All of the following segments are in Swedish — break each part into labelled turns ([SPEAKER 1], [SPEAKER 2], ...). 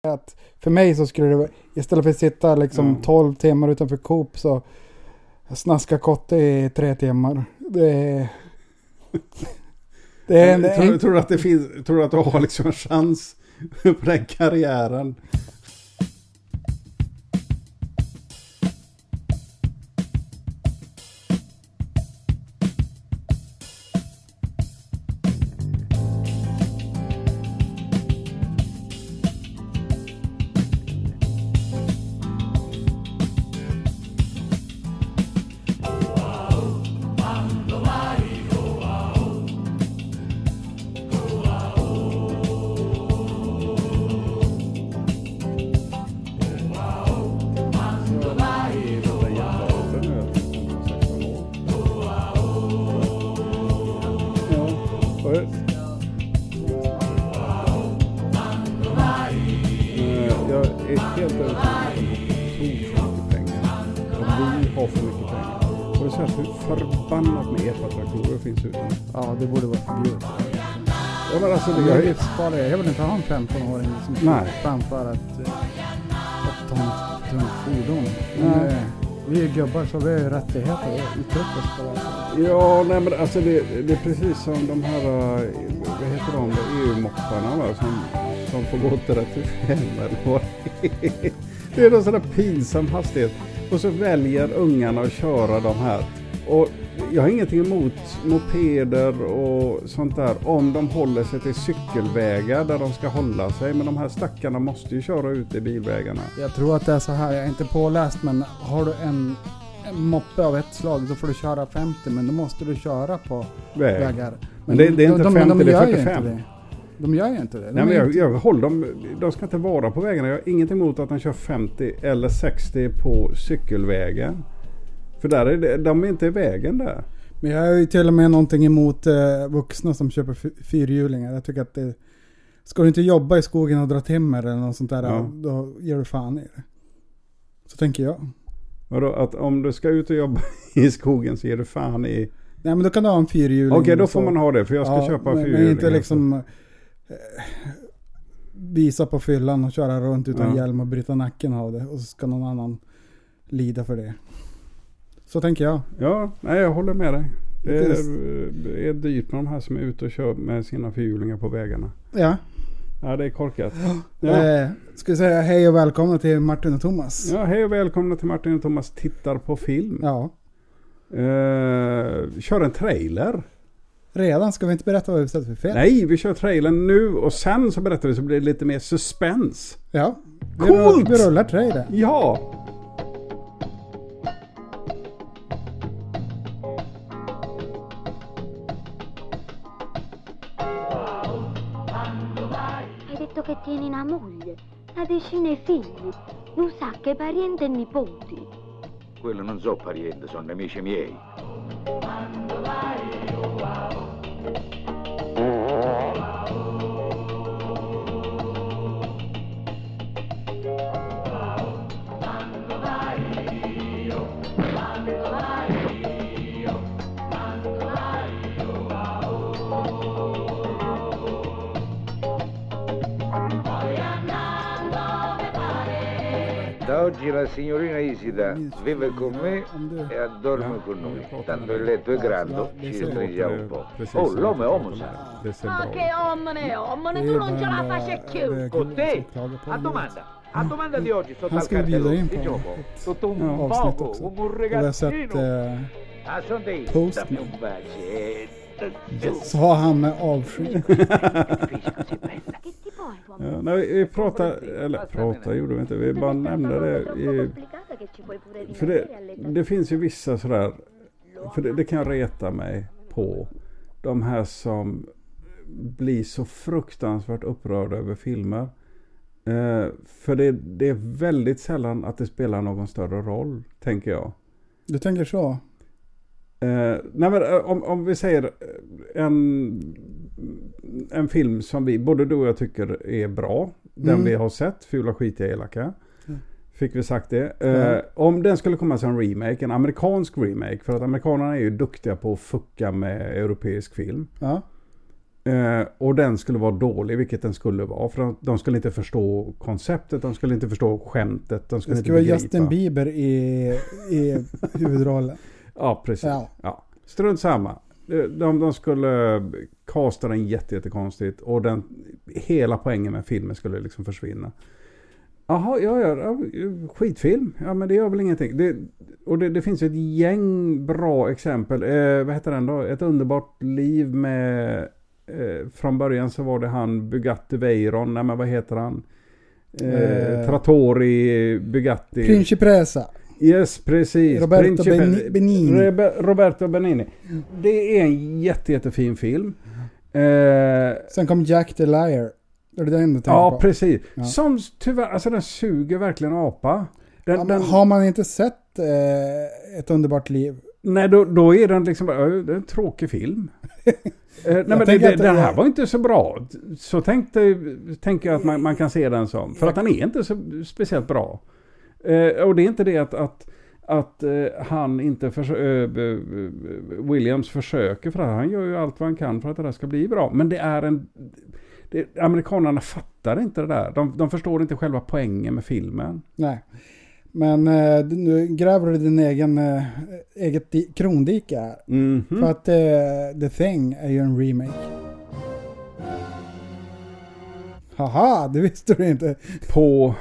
[SPEAKER 1] Att för mig så skulle det vara, istället för att sitta liksom 12 timmar utanför Coop, så snaska kotte i 3 timmar.
[SPEAKER 2] Tror du att det finns, tror du att du har liksom en chans på den karriären?
[SPEAKER 1] Ja, det borde vara förbjudet.
[SPEAKER 2] Ja, men alltså,
[SPEAKER 1] jag vill inte ha en 15-åring som framför ett tungt fordon. Vi är gubbar, så vi har ju rättigheter att uttrycka oss på det.
[SPEAKER 2] Ja, nej, men alltså det är precis som de här, vad heter de, EU-mopparna som får gå till 35 eller vad. Det är någon sån där pinsam hastighet. Och så väljer ungarna att köra de här. Och jag har ingenting emot mopeder och sånt där om de håller sig till cykelvägar där de ska hålla sig. Men de här stackarna måste ju köra ut i bilvägarna.
[SPEAKER 1] Jag tror att det är så här, jag är inte påläst, men har du en moppe av ett slag, då får du köra 50, men då måste du köra på vägar.
[SPEAKER 2] Men det är inte 50, det är 45.
[SPEAKER 1] De gör ju inte det.
[SPEAKER 2] Nej, men jag håller dem, de ska inte vara på vägarna. Jag har ingenting emot att de kör 50 eller 60 på cykelvägen. För där är de är inte i vägen där.
[SPEAKER 1] Men jag har ju till och med någonting emot vuxna som köper fyrhjulingar. Jag tycker att det... Ska du inte jobba i skogen och dra timmer eller något sånt där, då gör du fan i det. Så tänker jag.
[SPEAKER 2] Vadå, att om du ska ut och jobba i skogen så ger du fan i...
[SPEAKER 1] Nej, men då kan du ha en fyrhjuling.
[SPEAKER 2] Okej, då får man ha det, för jag ska köpa fyrhjuling.
[SPEAKER 1] Men inte liksom visa på fyllan och köra runt utan hjälm och bryta nacken av det. Och så ska någon annan lida för det. Så tänker jag.
[SPEAKER 2] Ja, nej, jag håller med dig. Det är dyrt med de här som är ute och kör med sina fyrhjulingar på vägarna.
[SPEAKER 1] Ja.
[SPEAKER 2] Ja, det är korkat.
[SPEAKER 1] Ja. Ska vi säga hej och välkomna till Martin och Thomas.
[SPEAKER 2] Ja, hej och välkomna till Martin och Thomas tittar på film.
[SPEAKER 1] Ja.
[SPEAKER 2] Kör en trailer.
[SPEAKER 1] Redan? Ska vi inte berätta vad vi sett för film?
[SPEAKER 2] Nej, vi kör trailern nu och sen så berättar vi, så blir det lite mer suspense.
[SPEAKER 1] Ja.
[SPEAKER 2] Coolt!
[SPEAKER 1] Vi rullar trailern.
[SPEAKER 2] Ja.
[SPEAKER 3] Che tieni una moglie, una decina di figli, non sa che parenti e nipoti.
[SPEAKER 4] Quello non so parenti, sono amici miei. Da oggi la signorina Isida vive con me e dorme con noi. Tanto il letto è grande, ci stringiamo un po'. Oh, l'uomo è uomo, sa.
[SPEAKER 3] Ma che omone, tu non ce la fai più.
[SPEAKER 4] Con te? A domanda di oggi sotto al cartello. Di gioco. Sotto un poco, un ragazzino. Ah, sono dei. Dammi un bacetto.
[SPEAKER 1] Sa han med avsky.
[SPEAKER 2] Ja, när vi pratar gjorde vi inte, vi bara nämnde det för det finns ju vissa sådär, för det kan reta mig på de här som blir så fruktansvärt upprörda över filmer, för det är väldigt sällan att det spelar någon större roll, tänker jag.
[SPEAKER 1] Du tänker så?
[SPEAKER 2] Nej, men om vi säger en film som vi, både du och jag tycker är bra, den vi har sett, Fula skitiga elaka, fick vi sagt det. Om den skulle komma som en remake, en amerikansk remake, för att amerikanerna är ju duktiga på att fucka med europeisk film. Och den skulle vara dålig, vilket den skulle vara. För de skulle inte förstå konceptet, de skulle inte förstå skämtet. De skulle
[SPEAKER 1] det
[SPEAKER 2] inte
[SPEAKER 1] skulle vara
[SPEAKER 2] begripa.
[SPEAKER 1] Justin Bieber i huvudrollen.
[SPEAKER 2] Ja, precis.
[SPEAKER 1] Ja.
[SPEAKER 2] Ja. Strunt samma. De skulle casta den jättekonstigt. Och hela poängen med filmen skulle liksom försvinna. Jaha, ja, skitfilm. Ja, men det gör väl ingenting. Det finns ett gäng bra exempel. Vad heter den då? Ett underbart liv med... från början så var det han Bugatti Veyron. Nej, men vad heter han? Trattori Bugatti.
[SPEAKER 1] Principessa.
[SPEAKER 2] Yes, precis.
[SPEAKER 1] Roberto Benigni.
[SPEAKER 2] Roberto Benigni. Det är en jättefin film.
[SPEAKER 1] Sen kom Jack the Liar. Är det den du tänker
[SPEAKER 2] ja,
[SPEAKER 1] på?
[SPEAKER 2] precis.
[SPEAKER 1] Ja.
[SPEAKER 2] Som tyvärr, alltså den suger verkligen apa.
[SPEAKER 1] Har man inte sett Ett underbart liv?
[SPEAKER 2] Nej, då är den liksom det är en tråkig film. Nej, men den här var inte så bra. Så tänker jag att man kan se den som. För att den är inte så speciellt bra. Och det är inte det att han inte Williams försöker, för han gör ju allt vad han kan för att det där ska bli bra. Men det är amerikanerna fattar inte det där. De förstår inte själva poängen med filmen.
[SPEAKER 1] Nej. Men nu gräver du din eget krondike här.
[SPEAKER 2] Mm-hmm.
[SPEAKER 1] För att The Thing är ju en remake. Haha, det visste du inte.
[SPEAKER 2] På...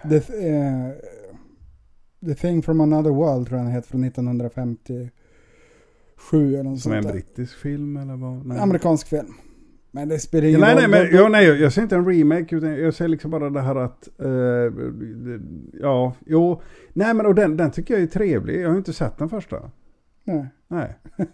[SPEAKER 1] The Thing from Another World tror jag den heter, från 1957 eller något
[SPEAKER 2] som
[SPEAKER 1] sånt
[SPEAKER 2] en
[SPEAKER 1] där.
[SPEAKER 2] brittisk film eller vad? Nej.
[SPEAKER 1] Amerikansk film. Men det spelar ingen
[SPEAKER 2] roll. Nej, jag ser inte en remake, utan jag ser liksom bara det här att nej, men och den tycker jag är trevlig. Jag har inte sett den första. Nej.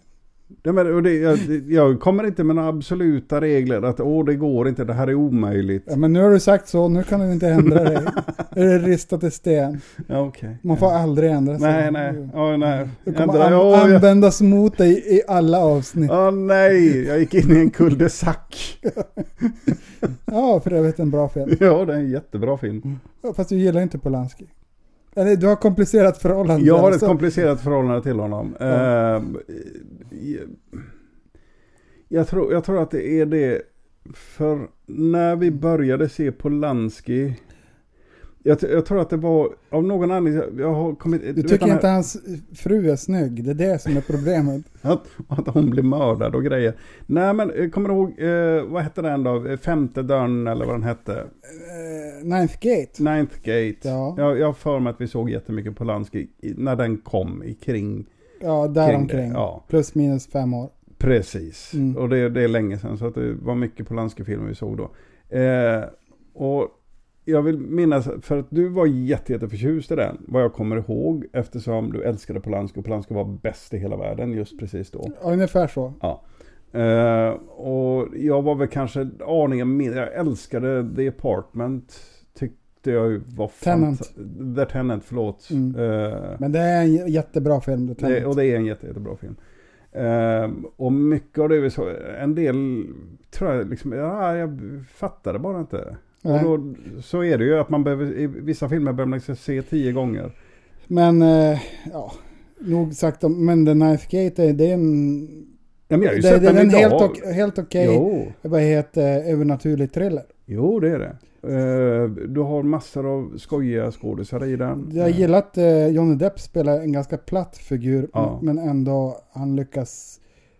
[SPEAKER 2] Jag kommer inte med några absoluta regler att det går inte, det här är omöjligt.
[SPEAKER 1] Ja, men nu har du sagt så, nu kan du inte ändra dig. Är det ristat i sten?
[SPEAKER 2] Ja, okej.
[SPEAKER 1] Man får aldrig ändra sig.
[SPEAKER 2] Nej. Nej.
[SPEAKER 1] Det kommer användas mot dig i alla avsnitt.
[SPEAKER 2] Nej, jag gick in i en cul-de-sac.
[SPEAKER 1] Ja, för det är en bra film.
[SPEAKER 2] Ja, det är en jättebra film.
[SPEAKER 1] Fast du gillar inte Polanski. Eller du har komplicerat förhållande.
[SPEAKER 2] Jag har ett komplicerat förhållande till honom. Jag tror att det är det. För när vi började se Polanski, jag tror att det var av någon anledning. Jag har kommit.
[SPEAKER 1] Du tycker inte hans fru är snygg. Det är det som är problemet.
[SPEAKER 2] att hon blir mördad och grejer. Nej, men kommer du ihåg vad hette den då? Femte dörren eller vad den hette?
[SPEAKER 1] Ninth Gate.
[SPEAKER 2] Ja. Jag har för mig att vi såg jättemycket Polanski när den kom kring.
[SPEAKER 1] Ja, däromkring.
[SPEAKER 2] Ja.
[SPEAKER 1] Plus minus 5 år.
[SPEAKER 2] Precis. Och det är länge sedan, så att det var mycket Polanski-filmer vi såg då. Och jag vill minnas, för att du var jätteförtjust i den, vad jag kommer ihåg, eftersom du älskade Polanski och Polanski var bäst i hela världen just precis då.
[SPEAKER 1] Ja, ungefär så.
[SPEAKER 2] Ja. Och jag var väl kanske aningen mindre. Jag älskade The Apartment, tyckte jag var The Tenant, förlåt.
[SPEAKER 1] Men det är en jättebra film.
[SPEAKER 2] Och det är en jättebra film. Och mycket av det vi så, en del tror jag liksom, jag fattade bara inte. Och då, så är det ju att man behöver, i vissa filmer behöver man liksom se 10 gånger.
[SPEAKER 1] Men nog sagt om, men The Ninth Gate det är en
[SPEAKER 2] ja, men jag har ju sett den idag.
[SPEAKER 1] Helt okej. Vad heter övernaturlig thriller.
[SPEAKER 2] Jo, det är det. Du har massor av skojiga skådespelare i den.
[SPEAKER 1] Jag gillar att Johnny Depp spelar en ganska platt figur, men ändå han lyckas.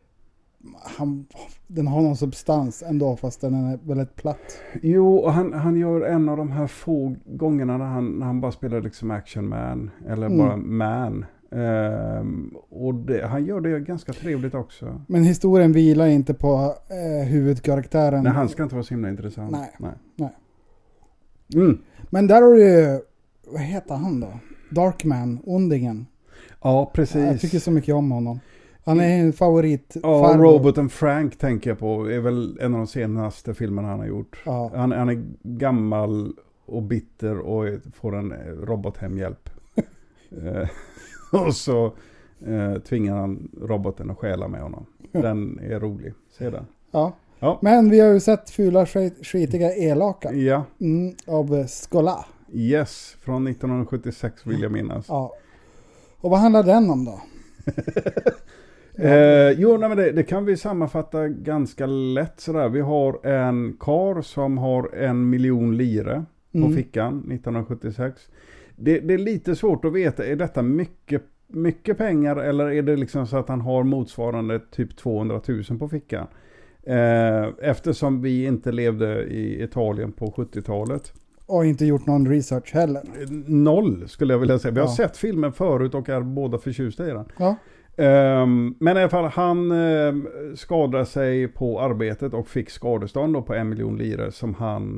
[SPEAKER 1] Den har någon substans ändå, fast den är väldigt platt.
[SPEAKER 2] Jo, och han gör en av de här få gångerna när han bara spelar liksom action man eller bara man. Och han gör det ganska trevligt också.
[SPEAKER 1] Men historien vilar inte på huvudkaraktären.
[SPEAKER 2] Nej, han ska inte vara så himla intressant.
[SPEAKER 1] Nej. Men där har du ju, vad heter han då? Darkman, ondingen.
[SPEAKER 2] Ja, precis.
[SPEAKER 1] Jag tycker så mycket om honom. Han är en favorit.
[SPEAKER 2] Ja, Robot and Frank tänker jag på. Är väl en av de senaste filmerna han har gjort.
[SPEAKER 1] Ja.
[SPEAKER 2] Han är gammal och bitter och får en robothemhjälp. Och så tvingar han roboten att stjäla med honom. Den är rolig. Se den.
[SPEAKER 1] Ja. Men vi har ju sett fula, skitiga elaka.
[SPEAKER 2] Ja.
[SPEAKER 1] Av Skola.
[SPEAKER 2] Yes, från 1976 vill jag minnas.
[SPEAKER 1] Ja. Och vad handlar den om då?
[SPEAKER 2] Men det kan vi sammanfatta ganska lätt sådär. Vi har en karl som har 1 miljon lire på fickan 1976. Det är lite svårt att veta, är detta mycket pengar eller är det liksom så att han har motsvarande typ 200 000 på fickan? Eftersom vi inte levde i Italien på 70-talet.
[SPEAKER 1] Och inte gjort någon research heller.
[SPEAKER 2] 0 skulle jag vilja säga. Vi har sett filmen förut och är båda förtjusta i den.
[SPEAKER 1] Ja.
[SPEAKER 2] Men i alla fall han skadade sig på arbetet och fick skadestånd då på 1 miljon lire som han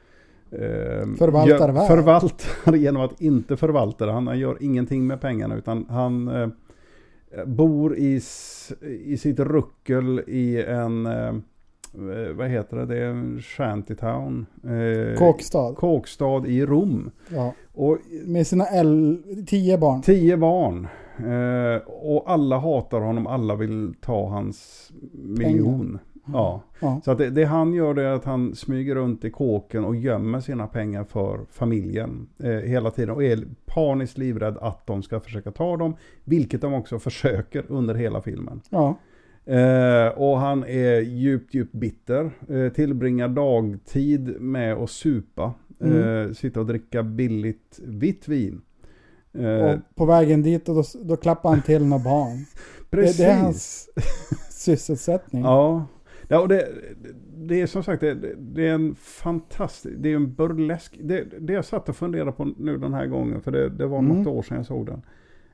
[SPEAKER 2] förvaltar genom att inte förvalta det. Han gör ingenting med pengarna utan han bor i sitt ruckel i en vad heter det? Det är en shantytown. Kåkstad i Rom.
[SPEAKER 1] Ja. Och med sina 10 barn.
[SPEAKER 2] 10 barn. Och alla hatar honom. Alla vill ta hans miljon. Ja. Så att det han gör är att han smyger runt i kåken och gömmer sina pengar för familjen hela tiden. Och är paniskt livrädd att de ska försöka ta dem. Vilket de också försöker under hela filmen.
[SPEAKER 1] Ja.
[SPEAKER 2] Och han är djupt bitter. Tillbringar dagtid med att supa. Sitta och dricka billigt vitt vin.
[SPEAKER 1] Och på vägen dit och då klappar han till några barn.
[SPEAKER 2] Precis.
[SPEAKER 1] Det är hans sysselsättning.
[SPEAKER 2] Ja, och det är som sagt det är en fantastisk, det är en burlesk. Det jag satt och funderade på nu den här gången, för det var något år sedan jag såg den.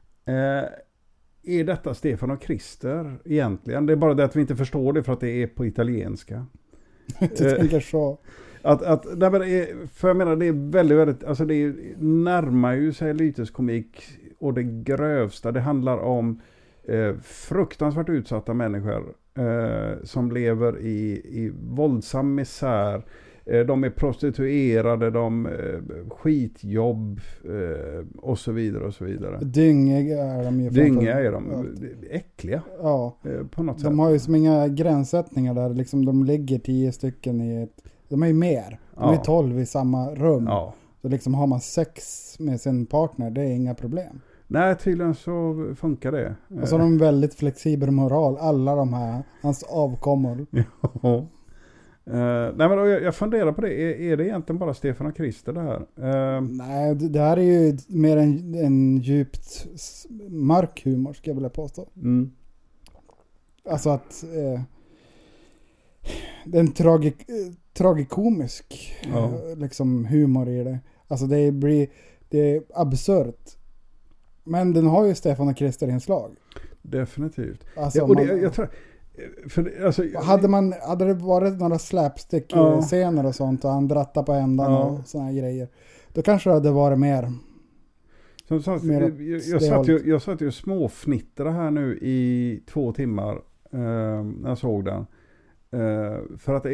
[SPEAKER 2] Är detta Stefan och Krister egentligen? Det är bara det att vi inte förstår det för att det är på italienska.
[SPEAKER 1] Jag tänker så.
[SPEAKER 2] För jag menar det är väldigt alltså det närmar ju sig lyteskomik och det grövsta. Det handlar om fruktansvärt utsatta människor som lever i våldsam misär. De är prostituerade, de skitjobb och så vidare och så vidare.
[SPEAKER 1] Dyngiga är de ju.
[SPEAKER 2] Dyngiga är de. Äckliga.
[SPEAKER 1] Ja.
[SPEAKER 2] På något sätt.
[SPEAKER 1] De har ju som inga gränssättningar där. Liksom de ligger 10 stycken i ett... De är ju mer. De är 12 i samma rum. Ja. Så liksom har man sex med sin partner, det är inga problem.
[SPEAKER 2] Nej, tydligen så funkar det.
[SPEAKER 1] Och så har de väldigt flexibel moral. Alla de här, hans avkommor.
[SPEAKER 2] Ja. Nej, men jag funderar på det. Är det egentligen bara Stefan och Krister det här?
[SPEAKER 1] Nej, det här är ju mer en djupt mörk humor, ska jag vilja påstå. Alltså att det är en tragikomisk liksom humor i det. Alltså det är absurt. Men den har ju Stefan och Krister inslag.
[SPEAKER 2] Definitivt.
[SPEAKER 1] Alltså
[SPEAKER 2] jag tror... Alltså,
[SPEAKER 1] hade det varit några slapstick scener och sånt och han drattade på ändan och såna här grejer, då kanske det hade varit mer.
[SPEAKER 2] Som sagt, jag satt ju småfnittra här nu i 2 timmar när jag såg den. För att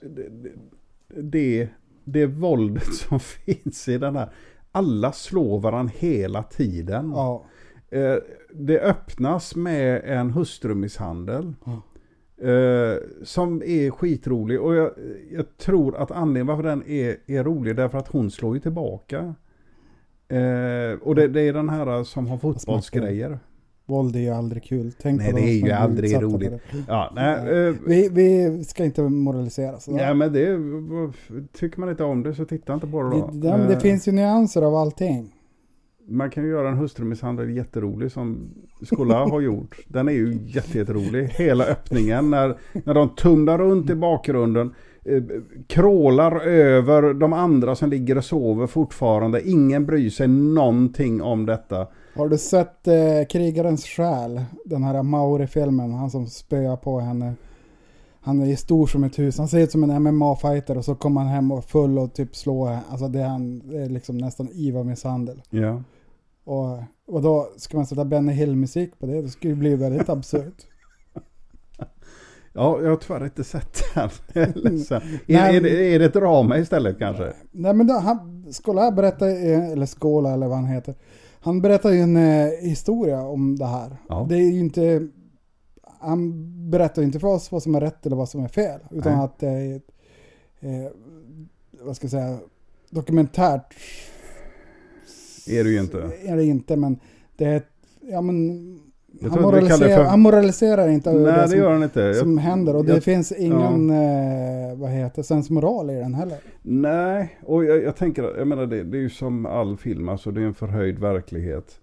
[SPEAKER 2] det våldet som finns i den här. Alla slår varandra hela tiden.
[SPEAKER 1] Ja.
[SPEAKER 2] Det öppnas med en hustrumisshandel. Som är skitrolig. Och jag tror att anledningen varför den är rolig därför att hon slår ju tillbaka. Och det är den här som har fotbollsgrejer.
[SPEAKER 1] Våld är ju aldrig kul.
[SPEAKER 2] Nej, det är ju aldrig roligt. Ja, nej,
[SPEAKER 1] vi ska inte moralisera.
[SPEAKER 2] Nej, men tycker man inte om det så titta inte på det då.
[SPEAKER 1] Det finns ju nyanser av allting.
[SPEAKER 2] Man kan ju göra en hustrumisshandel jätterolig som Skola har gjort. Den är ju jätterolig. Hela öppningen när de tumlar runt i bakgrunden, krålar över de andra som ligger och sover fortfarande. Ingen bryr sig någonting om detta.
[SPEAKER 1] Har du sett Krigarens själ? Den här Mauri-filmen. Han som spöar på henne. Han är stor som ett hus. Han ser ut som en MMA-fighter och så kommer han hem och full och typ slår. Alltså det är liksom nästan IVA-misshandel.
[SPEAKER 2] Ja.
[SPEAKER 1] Och då ska man sätta Benny Hill-musik på det. Det skulle bli väldigt absurt.
[SPEAKER 2] Ja, jag har tyvärr inte sett den. Är det ett drama istället kanske?
[SPEAKER 1] Nej, men Skåla berättar, eller Skåla eller vad han heter. Han berättar ju en historia om det här. Ja. Det är ju inte... Han berättar inte för oss vad som är rätt eller vad som är fel. Utan att det är vad ska jag säga, dokumentärt.
[SPEAKER 2] Är det ju inte.
[SPEAKER 1] Är det inte, men det är Han moraliserar inte över
[SPEAKER 2] det gör han inte.
[SPEAKER 1] Som händer. Och det finns ingen sensmoral i den heller.
[SPEAKER 2] Nej, och jag tänker, jag menar det är ju som all film, alltså det är en förhöjd verklighet.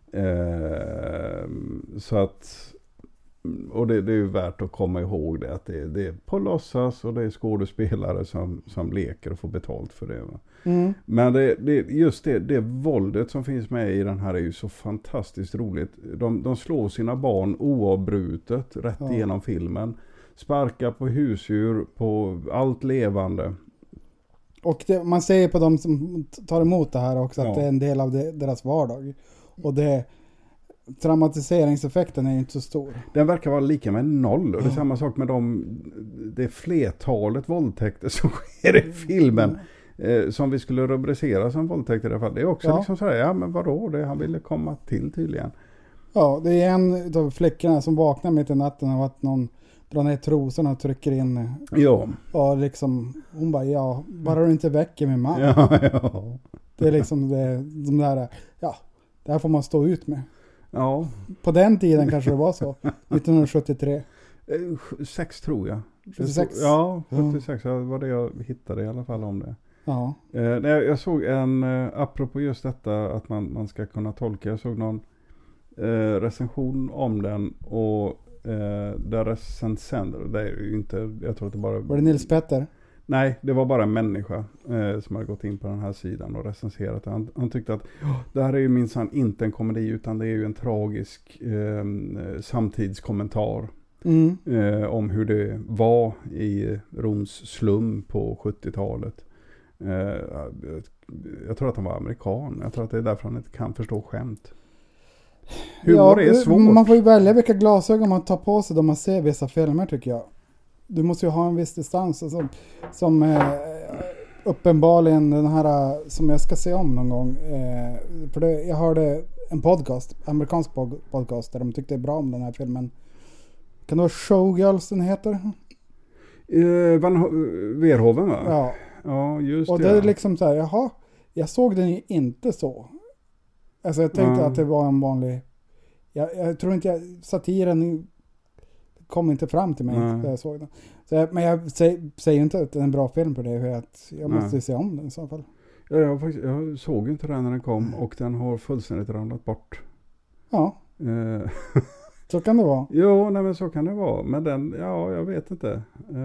[SPEAKER 2] Så att, och det är ju värt att komma ihåg det, att det är på låtsas och det är skådespelare som leker och får betalt för det. Va? Mm. Men just det våldet som finns med i den här är ju så fantastiskt roligt. De slår sina barn oavbrutet rätt igenom filmen. Sparkar på husdjur, på allt levande.
[SPEAKER 1] Och man säger på de som tar emot det här också att det är en del av deras vardag. Och traumatiseringseffekten är inte så stor.
[SPEAKER 2] Den verkar vara lika med 0. Och det är samma sak med det flertalet våldtäkter som sker i filmen. Som vi skulle rubricera som våldtäkt i det här fallet. Det är också liksom sådär, men vadå? Det han ville komma till tydligen.
[SPEAKER 1] Ja, det är en av flickorna som vaknar mitt i natten av att någon drar ner trosorna och trycker in. Ja. Och liksom, hon bara, bara du inte väcker min man. Ja. Det är liksom de där, det här får man stå ut med. Ja. På den tiden kanske det var så. 1973.
[SPEAKER 2] 6 tror jag.
[SPEAKER 1] 76?
[SPEAKER 2] Ja, 76 var det jag hittade i alla fall om det.
[SPEAKER 1] Ja.
[SPEAKER 2] Jag såg apropå just detta att man ska kunna tolka. Jag såg någon recension om den och där recensenter, det är ju inte, jag tror att det bara...
[SPEAKER 1] Var det Nils Petter?
[SPEAKER 2] Nej, det var bara en människa som hade gått in på den här sidan och recenserat. Han tyckte att det här är ju minsann inte en komedi utan det är ju en tragisk samtidskommentar om hur det var i Roms slum på 70-talet. Jag tror att han var amerikan. Jag tror att det är därför han inte kan förstå skämt. Humor är svårt.
[SPEAKER 1] Man får ju välja vilka glasögon man tar på sig då man ser vissa filmer tycker jag. Du måste ju ha en viss distans. Som uppenbarligen den här som jag ska se om någon gång. För jag hörde en amerikansk podcast där de tyckte bra om den här filmen. Kan det vara Showgirls den heter?
[SPEAKER 2] Verhoeven va?
[SPEAKER 1] Ja.
[SPEAKER 2] Ja, just
[SPEAKER 1] och det är liksom så här, jag såg den ju inte så. Alltså jag tänkte att det var en vanlig... Jag tror inte satiren kom inte fram till mig när jag såg den. Men jag säger inte att det är en bra film på det. För att jag måste se om den i så fall.
[SPEAKER 2] Ja, jag såg inte den när den kom och den har fullständigt ramlat bort.
[SPEAKER 1] Ja. Så kan det vara.
[SPEAKER 2] Jo, men så kan det vara. Men den, jag vet inte.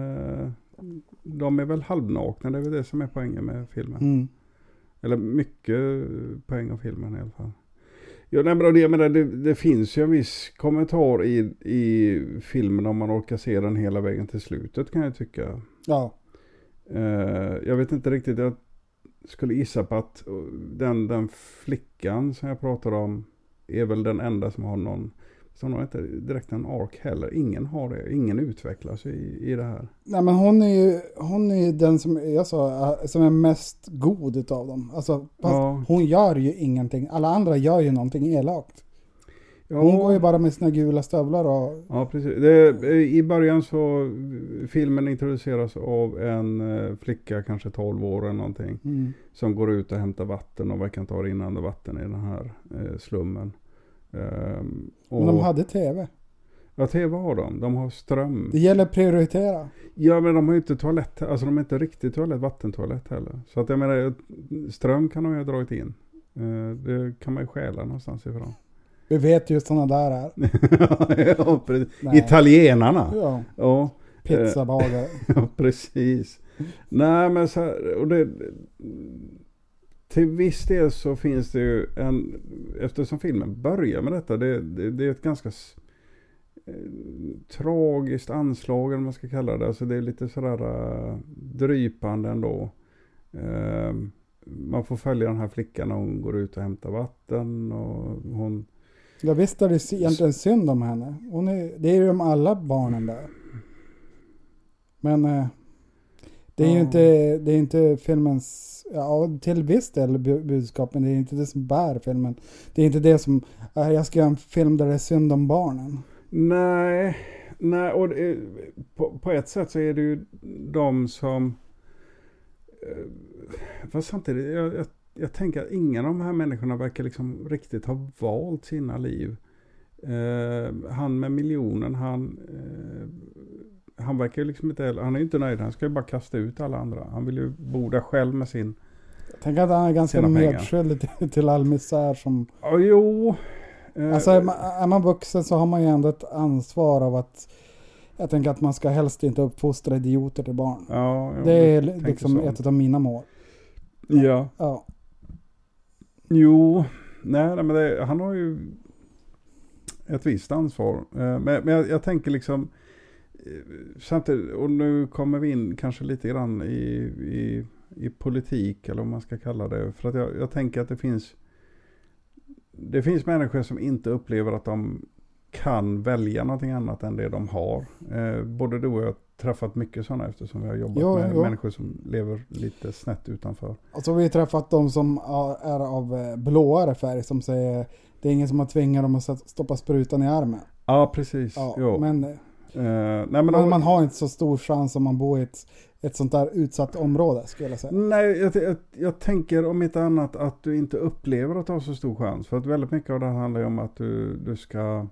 [SPEAKER 2] De är väl halvnakna, det är väl det som är poängen med filmen. Mm. Eller mycket poäng av filmen i alla fall. Det finns ju en viss kommentar i filmen om man orkar se den hela vägen till slutet kan jag tycka. Ja. Jag vet inte riktigt, jag skulle gissa på att den flickan som jag pratar om är väl den enda som har någon, som har inte direkt en ark heller. Ingen har det, ingen utvecklas i det här.
[SPEAKER 1] Nej, men hon är ju den som jag sa som är mest god utav dem. Alltså hon gör ju ingenting. Alla andra gör ju någonting elakt. Hon går ju bara med sina gula stövlar och...
[SPEAKER 2] Ja, precis. I början så filmen introduceras av en flicka, kanske 12 år eller någonting, som går ut och hämtar vatten och verkar ta rinnande vatten i den här slummen.
[SPEAKER 1] Men de hade tv.
[SPEAKER 2] Ja, tv har de. De har ström.
[SPEAKER 1] Det gäller att prioritera.
[SPEAKER 2] Ja, men de har ju inte toalett. Alltså de är inte riktigt vattentoalett heller. Så att jag menar, ström kan de ju ha dragit in. Det kan man ju stjäla någonstans ifrån.
[SPEAKER 1] Vi vet ju sådana där är.
[SPEAKER 2] Ja, italienarna.
[SPEAKER 1] Ja. Pizzabagare.
[SPEAKER 2] Ja, precis. Nej, men så här, och det... Till viss del så finns det ju eftersom filmen börjar med detta, det är ett ganska tragiskt anslag eller vad man ska kalla det. Alltså det är lite sådär drypande ändå. Man får följa den här flickan när hon går ut och hämtar vatten och hon...
[SPEAKER 1] Ja, visst är det egentligen synd om henne. Det är ju om alla barnen där. Men det är inte filmens... Ja, till viss del budskap, men det är inte det som bär filmen. Det är inte det som... jag ska göra en film där det är synd om barnen.
[SPEAKER 2] Nej, och på ett sätt så är det ju de som... Fast samtidigt, jag tänker att ingen av de här människorna verkar liksom riktigt ha valt sina liv. Han med miljonen, han verkar ju liksom inte, han är ju inte nöjd, han ska ju bara kasta ut alla andra. Han vill ju bo där själv med sin.
[SPEAKER 1] Jag tänker att han är ganska medskyldig till all misär som.
[SPEAKER 2] Ja, jo.
[SPEAKER 1] Alltså är man vuxen så har man ju ändå ett ansvar av att, jag tänker att man ska helst inte uppfostra idioter till barn.
[SPEAKER 2] Ja,
[SPEAKER 1] det är liksom ett av mina mål.
[SPEAKER 2] Ja.
[SPEAKER 1] Ja.
[SPEAKER 2] Jo, nej men han har ju ett visst ansvar. Men jag tänker liksom samtidigt, och nu kommer vi in kanske lite grann i politik, eller vad man ska kalla det. För att jag tänker att det finns människor som inte upplever att de kan välja någonting annat än det de har. Både du och jag har träffat mycket sådana, eftersom vi har jobbat med människor som lever lite snett utanför.
[SPEAKER 1] Och så har vi träffat de som är av blåare färg som säger det är ingen som har tvingat dem att stoppa sprutan i armen.
[SPEAKER 2] Ja, precis.
[SPEAKER 1] Ja, men man har inte så stor chans om man bor i ett sånt där utsatt område, skulle jag säga.
[SPEAKER 2] Nej, jag tänker om inte annat att du inte upplever att du har så stor chans. För att väldigt mycket av det handlar ju om att du ska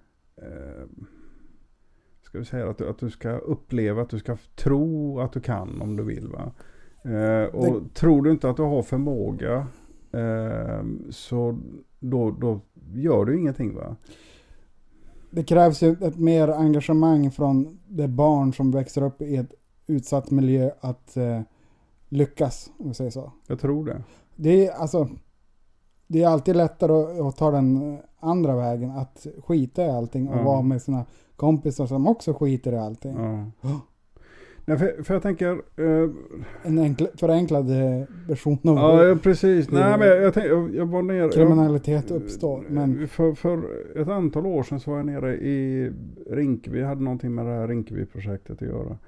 [SPEAKER 2] vi säga att du ska uppleva, att du ska tro att du kan om du vill, va? Och tror du inte att du har förmåga så då gör du ingenting, va?
[SPEAKER 1] Det krävs ju ett mer engagemang från det barn som växer upp i ett utsatt miljö att lyckas, om vi säger så.
[SPEAKER 2] Jag tror det.
[SPEAKER 1] Det är alltid lättare att ta den andra vägen, att skita i allting och vara med sina kompisar som också skiter i allting.
[SPEAKER 2] Ja. Nej, för jag tänker
[SPEAKER 1] en förenklad version av
[SPEAKER 2] ja, precis. Nej, men jag var nere,
[SPEAKER 1] kriminalitet uppstår. Men
[SPEAKER 2] för ett antal år sedan så var jag nere i Rinkeby. Jag hade någonting med det här Rinkeby-projektet att göra.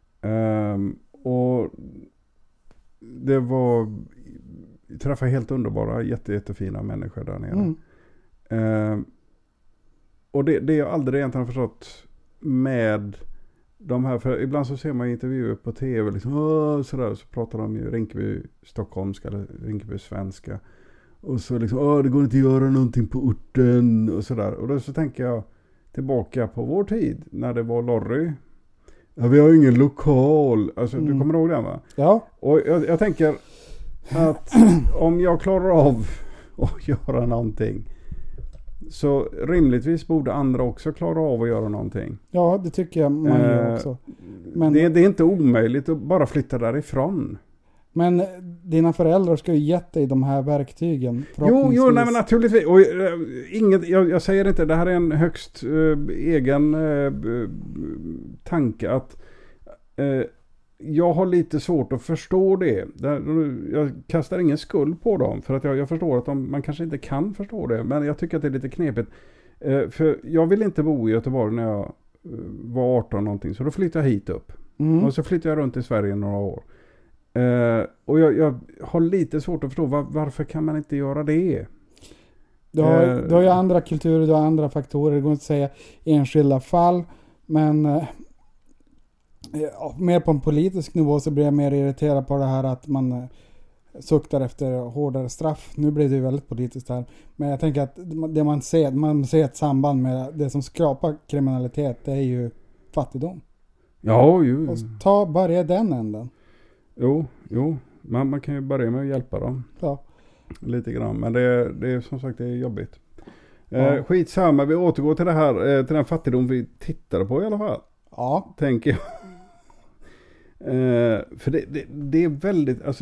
[SPEAKER 2] Och det var träffade helt underbara, jättefina människor där nere. Och det jag aldrig egentligen har förstått med de här, för ibland så ser man intervjuer på tv liksom, sådär, så pratar de ju Rinkeby stockholmska eller Rinkeby svenska. Och så liksom, det går inte att göra någonting på orten och sådär. Och då så tänker jag tillbaka på vår tid när det var Lorry. Ja, vi har ju ingen lokal. Alltså, du kommer ihåg det, va?
[SPEAKER 1] Ja.
[SPEAKER 2] Och jag tänker att om jag klarar av att göra någonting så rimligtvis borde andra också klara av att göra någonting.
[SPEAKER 1] Ja, det tycker jag man gör också. Men
[SPEAKER 2] det är inte omöjligt att bara flytta därifrån.
[SPEAKER 1] Men dina föräldrar ska ju gett dig de här verktygen.
[SPEAKER 2] Jo, nej men naturligtvis. Och, jag säger inte, det här är en högst egen tanke att jag har lite svårt att förstå det. Jag kastar ingen skuld på dem för att jag förstår att man kanske inte kan förstå det, men jag tycker att det är lite knepigt. För jag vill inte bo i Göteborg när jag var 18 någonting, så då flyttade jag hit upp. Och så flyttade jag runt i Sverige några år. Och jag har lite svårt att förstå varför kan man inte göra det?
[SPEAKER 1] Du har ju andra kulturer, du har andra faktorer. Det går inte att säga enskilda fall, men mer på en politisk nivå så blir jag mer irriterad på det här att man suktar efter hårdare straff. Nu blir det ju väldigt politiskt här, men jag tänker att det man ser ett samband med det som skapar kriminalitet, det är ju fattigdom.
[SPEAKER 2] Ja, ju.
[SPEAKER 1] Och börja den änden.
[SPEAKER 2] Jo. Man kan ju börja med att hjälpa dem.
[SPEAKER 1] Ja.
[SPEAKER 2] Lite grann. Men det är som sagt, det är jobbigt. Skitsamma, vi återgår till det här, till den fattigdom vi tittade på i alla fall.
[SPEAKER 1] Ja.
[SPEAKER 2] Tänker jag. För det är väldigt, alltså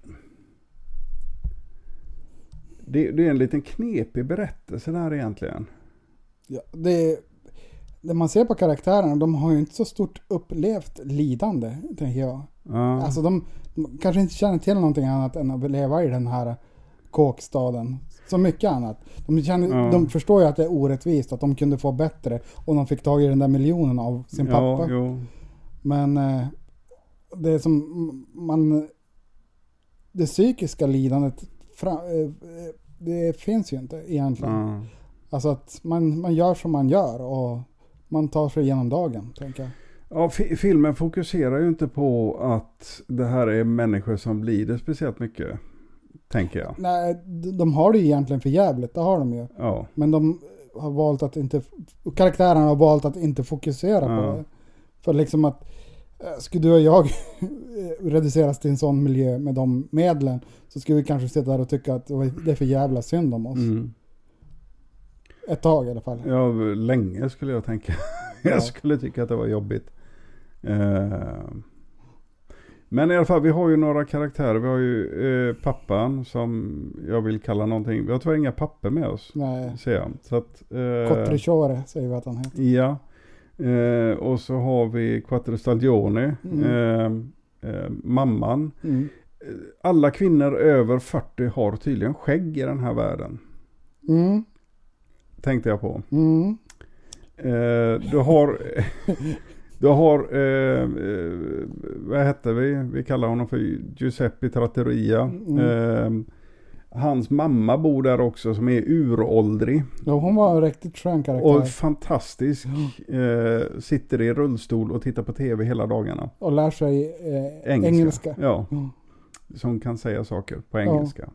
[SPEAKER 2] det är en liten knepig berättelse där egentligen.
[SPEAKER 1] Ja, det man ser på karaktärerna, de har ju inte så stort upplevt lidande, tänker jag.
[SPEAKER 2] Ja.
[SPEAKER 1] Alltså de kanske inte känner till någonting annat än att leva i den här kåkstaden. Så mycket annat. De förstår ju att det är orättvist, att de kunde få bättre om de fick tag i den där miljonen av sin pappa.
[SPEAKER 2] Jo.
[SPEAKER 1] Men det som det psykiska lidandet det finns ju inte egentligen.
[SPEAKER 2] Ja.
[SPEAKER 1] Alltså att man gör som man gör och man tar sig igenom dagen, tänker jag.
[SPEAKER 2] Ja, filmen fokuserar ju inte på att det här är människor som lider speciellt mycket, tänker jag.
[SPEAKER 1] Nej, de har det ju egentligen för jävligt, det har de ju.
[SPEAKER 2] Ja.
[SPEAKER 1] Men har valt att inte, karaktärerna har valt att inte fokusera på det. För liksom att skulle du och jag reduceras till en sån miljö med de medlen, så skulle vi kanske sitta där och tycka att det är för jävla synd om oss. Ett tag i alla fall.
[SPEAKER 2] Ja, länge skulle jag tänka. Jag skulle tycka att det var jobbigt. Men i alla fall, vi har ju några karaktärer. Vi har ju pappan som jag vill kalla någonting. Vi har tyvärr inga papper med oss.
[SPEAKER 1] Nej.
[SPEAKER 2] Ser jag. Så att,
[SPEAKER 1] Quattriciore säger vi att han heter.
[SPEAKER 2] Ja. Och så har vi Quattro Stagioni. Mamman. Alla kvinnor över 40 har tydligen skägg i den här världen. Tänkte jag på. Du har vad heter vi kallar honom för Giuseppe Trattoria. Hans mamma bor där också, som är uråldrig.
[SPEAKER 1] Ja, hon var en riktigt skön karaktär.
[SPEAKER 2] Och fantastisk. Sitter i rullstol och tittar på tv hela dagarna.
[SPEAKER 1] Och lär sig engelska.
[SPEAKER 2] Ja, som kan säga saker på engelska.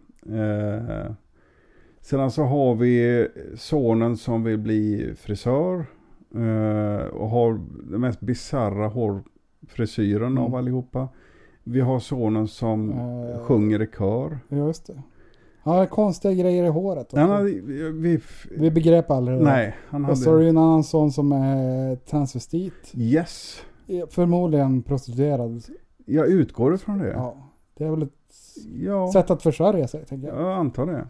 [SPEAKER 2] Sedan så har vi sonen som vill bli frisör. Och har den mest bizarra hårfrisyren av allihopa. Vi har sonen som sjunger i kör.
[SPEAKER 1] Just det. Han har konstiga grejer i håret.
[SPEAKER 2] Vi
[SPEAKER 1] begrep aldrig det.
[SPEAKER 2] Nej.
[SPEAKER 1] Och så är det en annan son som är transvestit.
[SPEAKER 2] Yes.
[SPEAKER 1] Förmodligen prostituerad.
[SPEAKER 2] Jag utgår ifrån det.
[SPEAKER 1] Ja, det är väl ett sätt att försörja sig, tänker jag.
[SPEAKER 2] Jag antar det.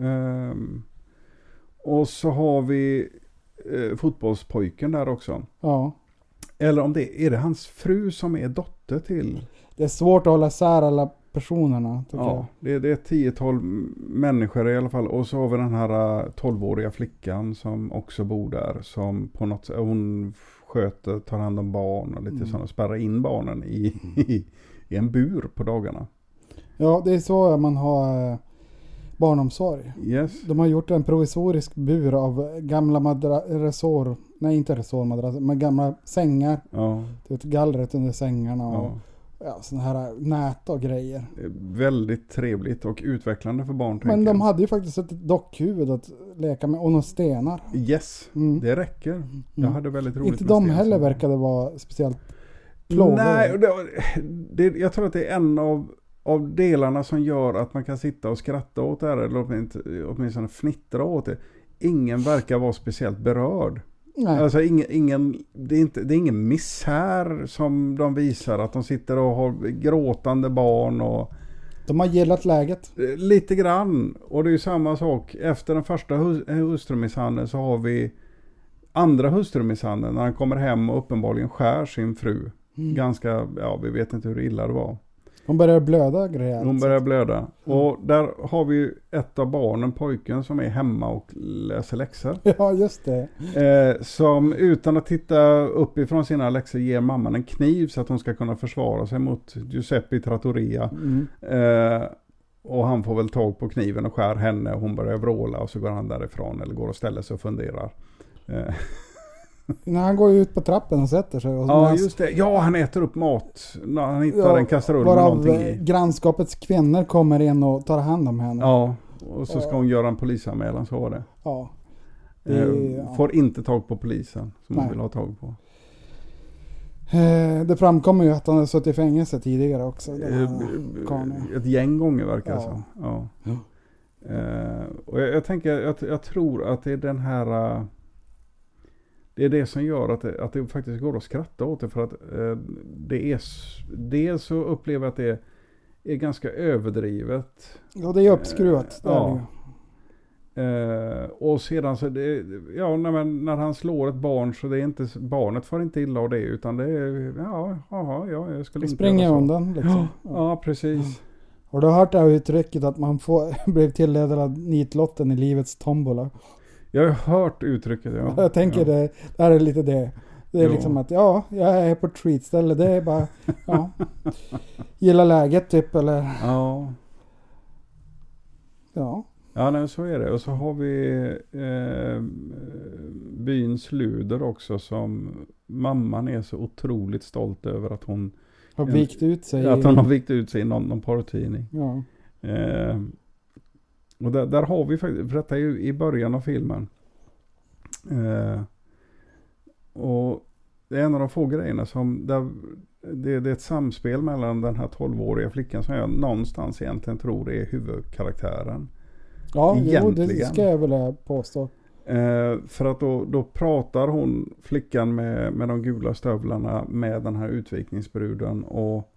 [SPEAKER 2] Och så har vi fotbollspojken där också. Ja. Eller om det är hans fru som är dotter till.
[SPEAKER 1] Det är svårt att hålla isär alla personerna, tycker jag.
[SPEAKER 2] Det är 10-12 människor i alla fall. Och så har vi den här 12-åriga flickan som också bor där. Som på något sätt, hon tar hand om barn och lite sådana, spärrar in barnen i en bur på dagarna. Ja,
[SPEAKER 1] det är så man har barnomsorg.
[SPEAKER 2] Yes.
[SPEAKER 1] De har gjort en provisorisk bur av gamla resårmadrasser, men gamla sängar. Ja. Ett gallret under sängarna och såna här nät och grejer.
[SPEAKER 2] Väldigt trevligt och utvecklande för barn.
[SPEAKER 1] Men de hade ju faktiskt ett dockhuvud att leka med och några stenar.
[SPEAKER 2] Yes, det räcker. Jag hade väldigt roligt.
[SPEAKER 1] Inte de heller verkade vara speciellt plågade.
[SPEAKER 2] Nej, jag tror att det är en av delarna som gör att man kan sitta och skratta åt det här, eller åtminstone fnittra åt det. Ingen verkar vara speciellt berörd. Nej. Alltså det är ingen misär som de visar, att de sitter och har gråtande barn och
[SPEAKER 1] de har gillat läget.
[SPEAKER 2] Lite grann. Och det är ju samma sak. Efter den första hustrumisshandeln så har vi andra hustrumisshandeln när han kommer hem och uppenbarligen skär sin fru. Ganska, vi vet inte hur illa det var.
[SPEAKER 1] Hon börjar blöda grejer.
[SPEAKER 2] Hon börjar blöda. Och där har vi ju ett av barnen, pojken, som är hemma och läser läxor.
[SPEAKER 1] Ja, just det.
[SPEAKER 2] Som utan att titta upp ifrån sina läxor ger mamman en kniv så att hon ska kunna försvara sig mot Giuseppe Trattoria. Och han får väl tag på kniven och skär henne och hon börjar vråla och så går han därifrån eller går och ställer sig och funderar.
[SPEAKER 1] När han går ut på trappen och sätter sig.
[SPEAKER 2] Och just det. Ja, han äter upp mat. När han hittar en kastrull med någonting i.
[SPEAKER 1] Grannskapets kvinnor kommer in och tar hand om henne.
[SPEAKER 2] Ja, och så ska hon göra en polisanmälan, så var det.
[SPEAKER 1] Ja.
[SPEAKER 2] Får inte tag på polisen som hon vill ha tag på.
[SPEAKER 1] Det framkommer ju att han har suttit i fängelse tidigare också.
[SPEAKER 2] Ett gäng gånger verkar det som. Ja. Och jag tror att det är den här... Det är det som gör att det faktiskt går att skratta åt det, för att det är dels så upplever jag att det är ganska överdrivet.
[SPEAKER 1] Ja, det är uppskruvat.
[SPEAKER 2] Och sedan så när han slår ett barn så det är inte, barnet får inte illa av det, utan det är jag skulle inte
[SPEAKER 1] springa undan liksom.
[SPEAKER 2] Ja, precis.
[SPEAKER 1] Har du hört det här uttrycket att man blev tilldelad nitlotten i livets tombola?
[SPEAKER 2] Jag har hört uttrycket, ja.
[SPEAKER 1] Jag tänker det här är lite det. Det är liksom att jag är på treatställe. Det är bara gilla läget typ, eller ja.
[SPEAKER 2] Ja, nej, så är det. Och så har vi byns luder också, som mamman är så otroligt stolt över att hon
[SPEAKER 1] har vikt ut sig.
[SPEAKER 2] Att hon har vikt ut sig i någon porrtidning. Ja. Och där har vi faktiskt, för detta är ju i början av filmen. Och det är en av de få grejerna som det är ett samspel mellan den här 12-åriga flickan som jag någonstans egentligen tror är huvudkaraktären.
[SPEAKER 1] Ja, jo, det ska jag vilja påstå.
[SPEAKER 2] För att då pratar flickan med de gula stövlarna med den här utvikningsbruden och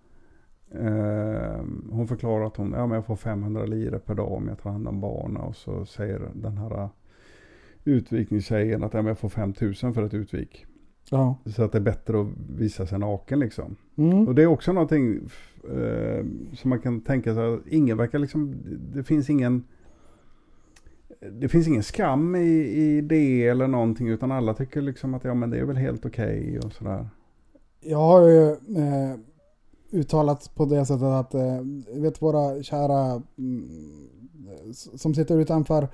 [SPEAKER 2] hon förklarar att men jag får 500 lire per dag om jag tar hand om barnen, och så säger den här utvikningstjejen att jag får 5000 för ett utvik.
[SPEAKER 1] Ja.
[SPEAKER 2] Så att det är bättre att visa sig naken liksom. Och det är också någonting som man kan tänka sig att ingen verkar liksom, det finns ingen skam i det eller någonting, utan alla tycker liksom att men det är väl helt okej och sådär.
[SPEAKER 1] Jag har ju uttalat på det sättet att vet våra kära som sitter utanför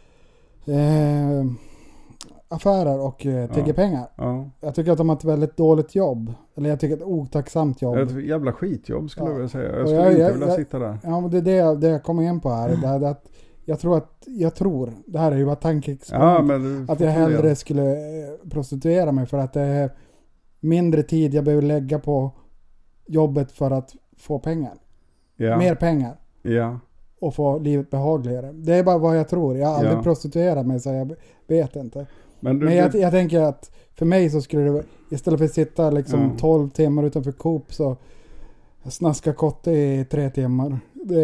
[SPEAKER 1] affärer och tigger pengar.
[SPEAKER 2] Ja.
[SPEAKER 1] Jag tycker att de har ett väldigt dåligt jobb. Eller jag tycker ett otacksamt jobb.
[SPEAKER 2] Ett jävla skitjobb skulle jag vilja säga. Jag skulle inte vilja sitta där.
[SPEAKER 1] Ja, men det är det jag kommer in på här. Det är att jag tror, det här är ju bara tankeexperiment, att jag hellre skulle prostituera mig för att det är mindre tid jag behöver lägga på jobbet för att få pengar.
[SPEAKER 2] Ja.
[SPEAKER 1] Mer pengar.
[SPEAKER 2] Ja.
[SPEAKER 1] Och få livet behagligare. Det är bara vad jag tror. Jag har aldrig prostituerat mig, så jag vet inte. Men jag tänker att för mig så skulle det, istället för att sitta liksom 12 timmar utanför Coop, så snaska kotte i 3 timmar.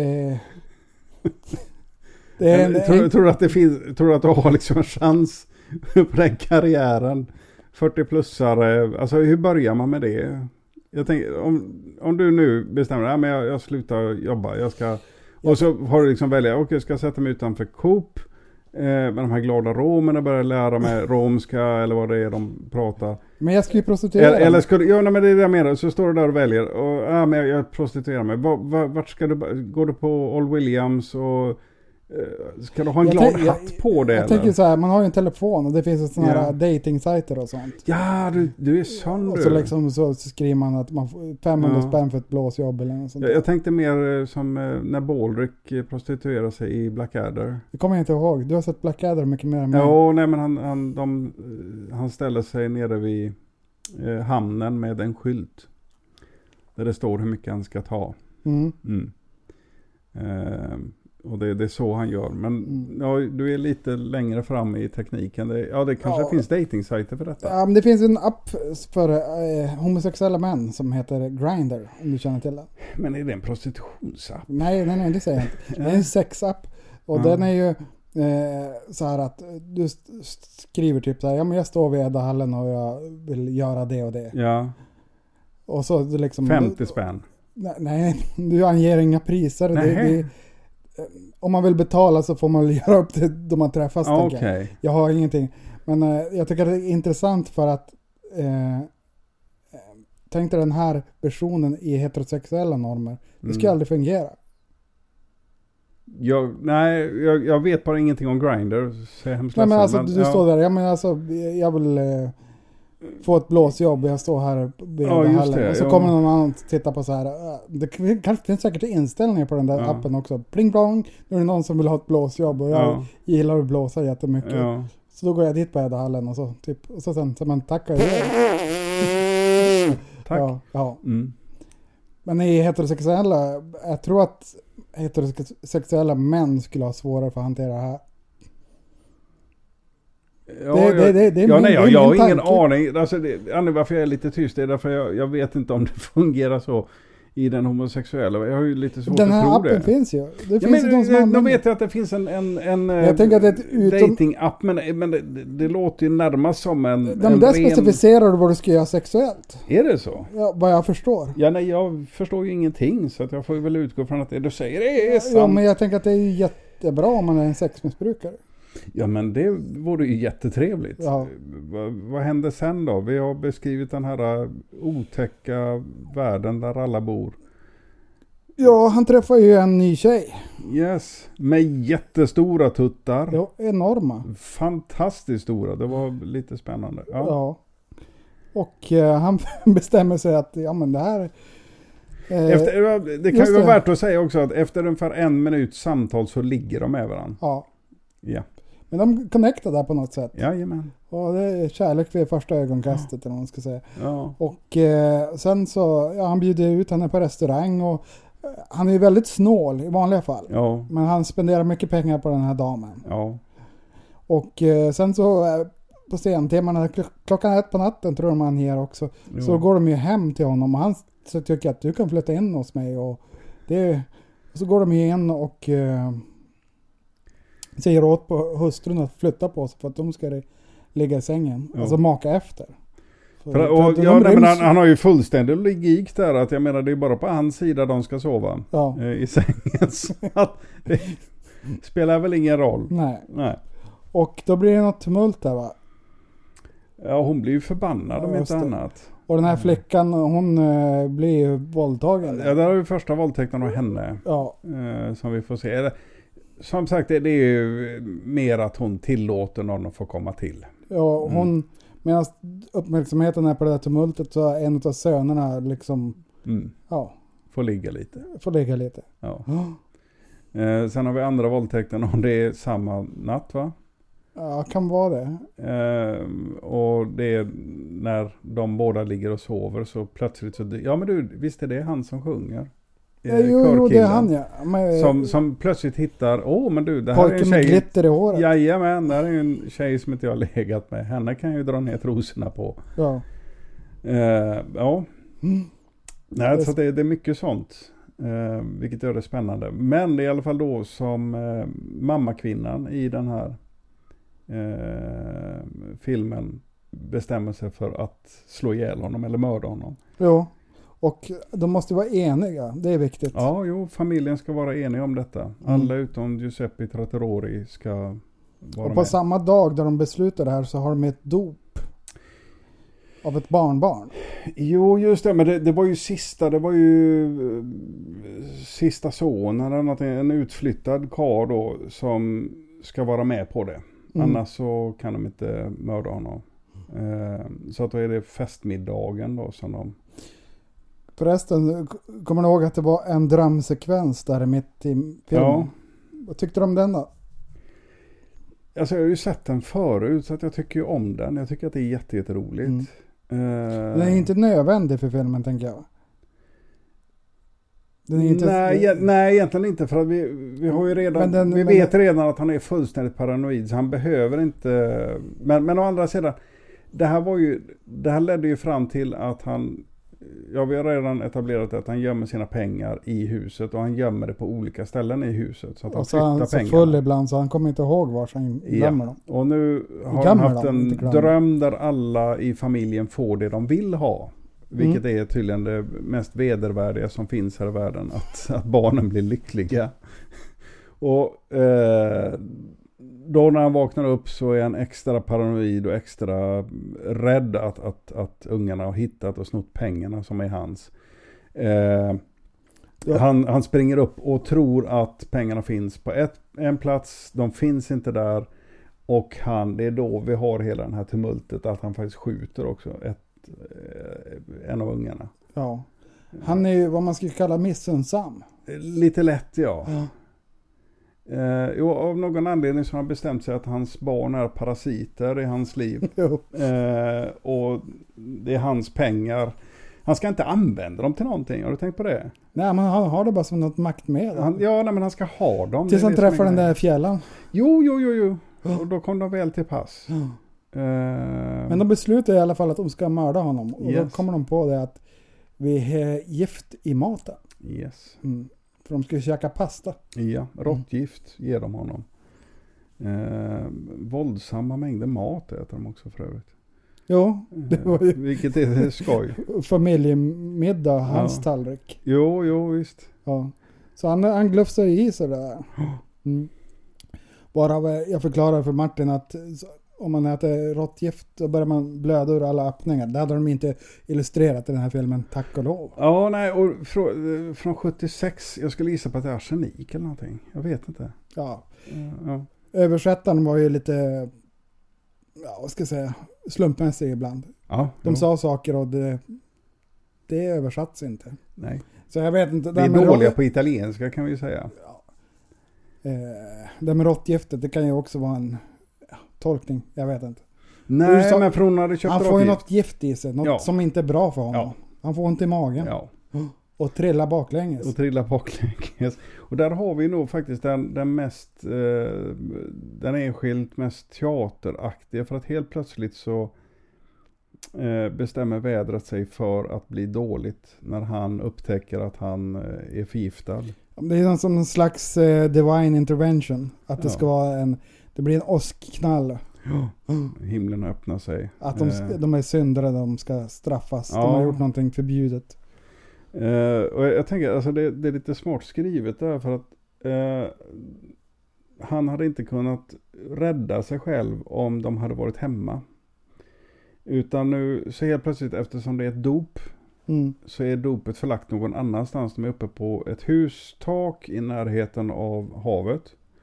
[SPEAKER 2] Tror du att tror du att du har liksom en chans på den karriären? 40-plussare, alltså hur börjar man med det? Jag tänker, om du nu bestämmer, men jag slutar jobba, och så har du liksom välja, jag ska sätta mig utanför Coop med de här glada romerna, börja lära mig romska eller vad det är de pratar.
[SPEAKER 1] Men jag ska ju prostituera.
[SPEAKER 2] Eller ska du, men det är det jag menar, så står du där och väljer, och men jag prostituerar mig. Vart ska du, går du på All Williams och ska du ha en glad hatt på det?
[SPEAKER 1] Jag tänker så här, man har ju en telefon och det finns sådana här dating-sajter och sånt.
[SPEAKER 2] Ja, du är sån.
[SPEAKER 1] Och så liksom så skriver man att man får 500 spänn för ett blåsjobb eller något sånt.
[SPEAKER 2] Jag tänkte mer som när Baldrick prostituerar sig i Blackadder.
[SPEAKER 1] Det kommer jag inte ihåg. Du har sett Blackadder mycket mer än mig.
[SPEAKER 2] Ja, nej, men han ställer sig nere vid hamnen med en skylt där det står hur mycket han ska ta. Och det är så han gör. Men du är lite längre fram i tekniken. Det kanske finns dating-sajter för detta.
[SPEAKER 1] Ja, men det finns en app för homosexuella män som heter Grindr, om du känner till den.
[SPEAKER 2] Men är det en prostitutionsapp?
[SPEAKER 1] Nej, det säger jag inte. Det är en sexapp. Och den är ju så här att du skriver typ så här, men jag står vid Eddahallen och jag vill göra det och det.
[SPEAKER 2] Ja.
[SPEAKER 1] Och så liksom
[SPEAKER 2] 50 spänn.
[SPEAKER 1] Nej, du anger inga priser. Om man vill betala så får man göra upp det då man träffas.
[SPEAKER 2] Okay.
[SPEAKER 1] Jag har ingenting. Men jag tycker det är intressant för att tänk dig den här versionen i heterosexuella normer. Det ska aldrig fungera.
[SPEAKER 2] Jag vet bara ingenting om Grindr.
[SPEAKER 1] Nej, men alltså du står där. Jag vill få ett blåsjobb. Jag står här vid hallen. Och så kommer någon annan att titta på så här. Det kanske finns säkert inställningar på den där appen också. Pling plong. Nu är det någon som vill ha ett blåsjobb. Och jag gillar att blåsa jättemycket. Ja. Så då går jag dit på hallen och så typ. Och så sen så man tackar.
[SPEAKER 2] Tack.
[SPEAKER 1] Ja. Men i heterosexuella, jag tror att heterosexuella män skulle ha svårare för att hantera det här.
[SPEAKER 2] Jag har ingen aning. Alltså, varför jag är lite tyst är därför jag vet inte om det fungerar så i den homosexuella. Jag har ju lite svårt att tro det.
[SPEAKER 1] Den här appen finns ju.
[SPEAKER 2] De vet jag att det finns en
[SPEAKER 1] jag tänker att det
[SPEAKER 2] dating-app, men det låter ju närmast som en
[SPEAKER 1] där specificerar du vad du ska göra sexuellt.
[SPEAKER 2] Är det så?
[SPEAKER 1] Ja, vad jag förstår.
[SPEAKER 2] Jag förstår ju ingenting, så att jag får väl utgå från att det du säger är sant.
[SPEAKER 1] Ja, men jag tänker att det är jättebra om man är en sexmissbrukare.
[SPEAKER 2] Ja, men det vore ju jättetrevligt.
[SPEAKER 1] Ja.
[SPEAKER 2] Vad hände sen då? Vi har beskrivit den här otäcka världen där alla bor.
[SPEAKER 1] Ja, han träffar ju en ny tjej.
[SPEAKER 2] Yes, med jättestora tuttar.
[SPEAKER 1] Ja, enorma.
[SPEAKER 2] Fantastiskt stora, det var lite spännande.
[SPEAKER 1] Ja. Och han bestämmer sig att men det här...
[SPEAKER 2] det kan ju vara värt att säga också att efter ungefär 1 minut samtal så ligger de med varandra.
[SPEAKER 1] Ja.
[SPEAKER 2] Ja.
[SPEAKER 1] Men de connectar där på något sätt.
[SPEAKER 2] Jajamän.
[SPEAKER 1] Och det är kärlek vid första ögonkastet, eller vad man ska säga.
[SPEAKER 2] Ja.
[SPEAKER 1] Och sen så, han bjuder ut henne på restaurang och han är ju väldigt snål i vanliga fall.
[SPEAKER 2] Ja.
[SPEAKER 1] Men han spenderar mycket pengar på den här damen.
[SPEAKER 2] Ja.
[SPEAKER 1] Och sen så på sentimmarna, klockan 1 på natten tror jag man ger också. Jo. Så går de ju hem till honom och han så tycker att du kan flytta in hos mig. Och så går de ju in och säger åt på hustrun att flytta på sig för att de ska ligga i sängen. Jo. Alltså maka efter.
[SPEAKER 2] Han har ju fullständig logik där, att jag menar det är bara på hans sida de ska sova i sängen. Så att det spelar väl ingen roll.
[SPEAKER 1] Nej. Och då blir det något tumult där, va?
[SPEAKER 2] Ja, hon blir ju förbannad om inte annat.
[SPEAKER 1] Och den här flickan, hon blir ju våldtagen.
[SPEAKER 2] Ja, där har vi första våldtäkten av henne. Ja. Som vi får se. Som sagt, det är ju mer att hon tillåter någon att få komma till.
[SPEAKER 1] Ja, hon... Medan uppmärksamheten är på det där tumultet så är en av sönerna liksom...
[SPEAKER 2] Får ligga lite. Ja. Sen har vi andra våldtäkten och det är samma natt, va?
[SPEAKER 1] Ja, kan vara det.
[SPEAKER 2] Och det är när de båda ligger och sover så plötsligt så... Ja, men du, visst är det han som sjunger?
[SPEAKER 1] Jo, det är han, ja. Men,
[SPEAKER 2] som plötsligt hittar... men du, det här är en tjej...
[SPEAKER 1] med glitter i håret.
[SPEAKER 2] Jajamän, det här är en tjej som inte jag har legat med. Henne kan jag ju dra ner trosorna på.
[SPEAKER 1] Ja.
[SPEAKER 2] Nej, så det är mycket sånt. Vilket gör det spännande. Men det är i alla fall då som mammakvinnan i den här filmen bestämmer sig för att slå ihjäl honom eller mörda honom.
[SPEAKER 1] Jo. Och de måste vara eniga, det är viktigt.
[SPEAKER 2] Ja, familjen ska vara eniga om detta. Alla utom Giuseppe Trattori ska vara med.
[SPEAKER 1] Och på samma dag där de beslutar det här så har de ett dop av ett barnbarn.
[SPEAKER 2] Jo, just det, men det var ju sista sonen eller något, en utflyttad karl då som ska vara med på det. Annars så kan de inte mörda honom. Så att då är det festmiddagen då som de...
[SPEAKER 1] Förresten, kommer ni ihåg att det var en drömsekvens där mitt i filmen? Ja. Vad tyckte du om den då?
[SPEAKER 2] Alltså jag har ju sett den förut så att jag tycker ju om den. Jag tycker att det är jätteroligt.
[SPEAKER 1] Den är inte nödvändig för filmen, tänker jag. Den är inte...
[SPEAKER 2] Nej, egentligen inte, för att vi har ju redan... vi vet redan att han är fullständigt paranoid, så han behöver inte... Men å andra sidan, det här ledde ju fram till att han... Ja, vi har redan etablerat att han gömmer sina pengar i huset och han gömmer det på olika ställen i huset. Så att han flyttar pengarna. Så
[SPEAKER 1] full ibland så han kommer inte ihåg var han gömmer dem.
[SPEAKER 2] Och nu har han haft en dröm där alla i familjen får det de vill ha. Vilket är tydligen det mest vedervärdiga som finns här i världen. Att barnen blir lyckliga. Och då när han vaknar upp så är han extra paranoid och extra rädd att ungarna har hittat och snott pengarna som är hans. Han springer upp och tror att pengarna finns på en plats. De finns inte där. Och det är då vi har hela den här tumultet att han faktiskt skjuter också en av ungarna.
[SPEAKER 1] Ja. Han är ju vad man skulle kalla missunnsam.
[SPEAKER 2] Lite lätt, ja. Av någon anledning så har han bestämt sig att hans barn är parasiter i hans liv. Och det är hans pengar. Han ska inte använda dem till någonting. Har du tänkt på det?
[SPEAKER 1] Nej, men han har det bara som något maktmedel.
[SPEAKER 2] Men han ska ha dem.
[SPEAKER 1] Tills han träffar den där fjällen.
[SPEAKER 2] Jo. Och då kom de väl till pass.
[SPEAKER 1] Men de beslutar i alla fall att de ska mörda honom. Och då kommer de på det att vi är gift i maten.
[SPEAKER 2] Yes.
[SPEAKER 1] För de ska käka pasta.
[SPEAKER 2] Ja, råttgift ger de honom. Våldsamma mängder mat äter de också för övrigt.
[SPEAKER 1] Jo, det var ju...
[SPEAKER 2] Vilket är skoj.
[SPEAKER 1] Familjemiddag, hans tallrik.
[SPEAKER 2] Jo, visst.
[SPEAKER 1] Ja. Så han glufsar i sig där. Bara jag förklarar för Martin att om man äter råttgift då börjar man blöda ur alla öppningar. Det hade de inte illustrerat i den här filmen, tack och lov.
[SPEAKER 2] Ja, nej, och från 76, jag skulle gissa på att det är arsenik eller någonting. Jag vet inte.
[SPEAKER 1] Ja. Översättaren var ju lite, vad ska jag säga, slumpmässig ibland.
[SPEAKER 2] Ja,
[SPEAKER 1] de sa saker och det översatts inte.
[SPEAKER 2] Nej.
[SPEAKER 1] Så jag vet inte.
[SPEAKER 2] Det är dåliga på italienska kan vi ju säga.
[SPEAKER 1] Ja. Det med råttgiftet, det kan ju också vara en tolkning. Jag vet inte.
[SPEAKER 2] Nej, men för hon hade köpt
[SPEAKER 1] han får ju något gift i sig. Något som inte är bra för honom.
[SPEAKER 2] Ja.
[SPEAKER 1] Han får ont i magen.
[SPEAKER 2] Ja.
[SPEAKER 1] Och trilla baklänges.
[SPEAKER 2] Och där har vi nog faktiskt den enskilt mest teateraktiga. För att helt plötsligt så bestämmer vädret sig för att bli dåligt. När han upptäcker att han är förgiftad. Det
[SPEAKER 1] är som en slags divine intervention. Att det ska vara det blir en åskknall.
[SPEAKER 2] Himlen öppnar sig.
[SPEAKER 1] Att de är syndare, de ska straffas. De har gjort någonting förbjudet.
[SPEAKER 2] Och jag tänker, alltså det är lite smart skrivet där, för att han hade inte kunnat rädda sig själv om de hade varit hemma. Utan nu så helt plötsligt, eftersom det är ett dop, så är dopet förlagt någon annanstans. De är uppe på ett hustak i närheten av havet.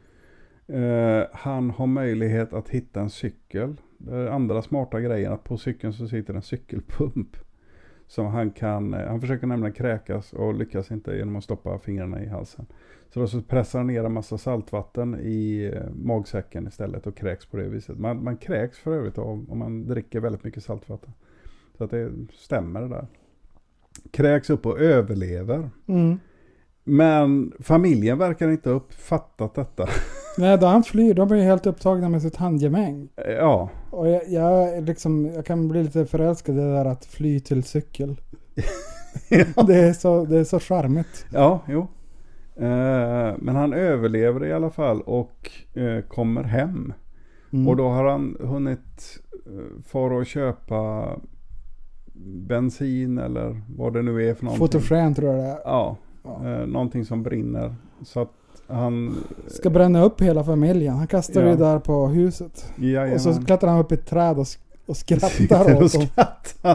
[SPEAKER 2] Han har möjlighet att hitta en cykel. Det är andra smarta grejen, att på cykeln så sitter en cykelpump. Som han försöker nämligen kräkas och lyckas inte genom att stoppa fingrarna i halsen. Så då så pressar han ner en massa saltvatten i magsäcken istället och kräks på det viset. Man kräks för övrigt om man dricker väldigt mycket saltvatten. Så att det stämmer det där. Kräks upp och överlever. Men familjen verkar inte ha uppfattat detta.
[SPEAKER 1] Nej, då han flyr, de är helt upptagna med sitt handgemäng.
[SPEAKER 2] Ja.
[SPEAKER 1] Och jag kan bli lite förälskad i det där att fly till cykel. Det är så charmigt.
[SPEAKER 2] Ja, jo. Men han överlever i alla fall och kommer hem. Och då har han hunnit för att köpa bensin eller vad det nu är för någonting.
[SPEAKER 1] Fotogen tror jag det är.
[SPEAKER 2] Ja. Någonting som brinner. Så att han
[SPEAKER 1] ska bränna upp hela familjen. Han kastar det där på huset.
[SPEAKER 2] Jajamän.
[SPEAKER 1] Och så klättrar han upp i ett träd och skrattar åt dem.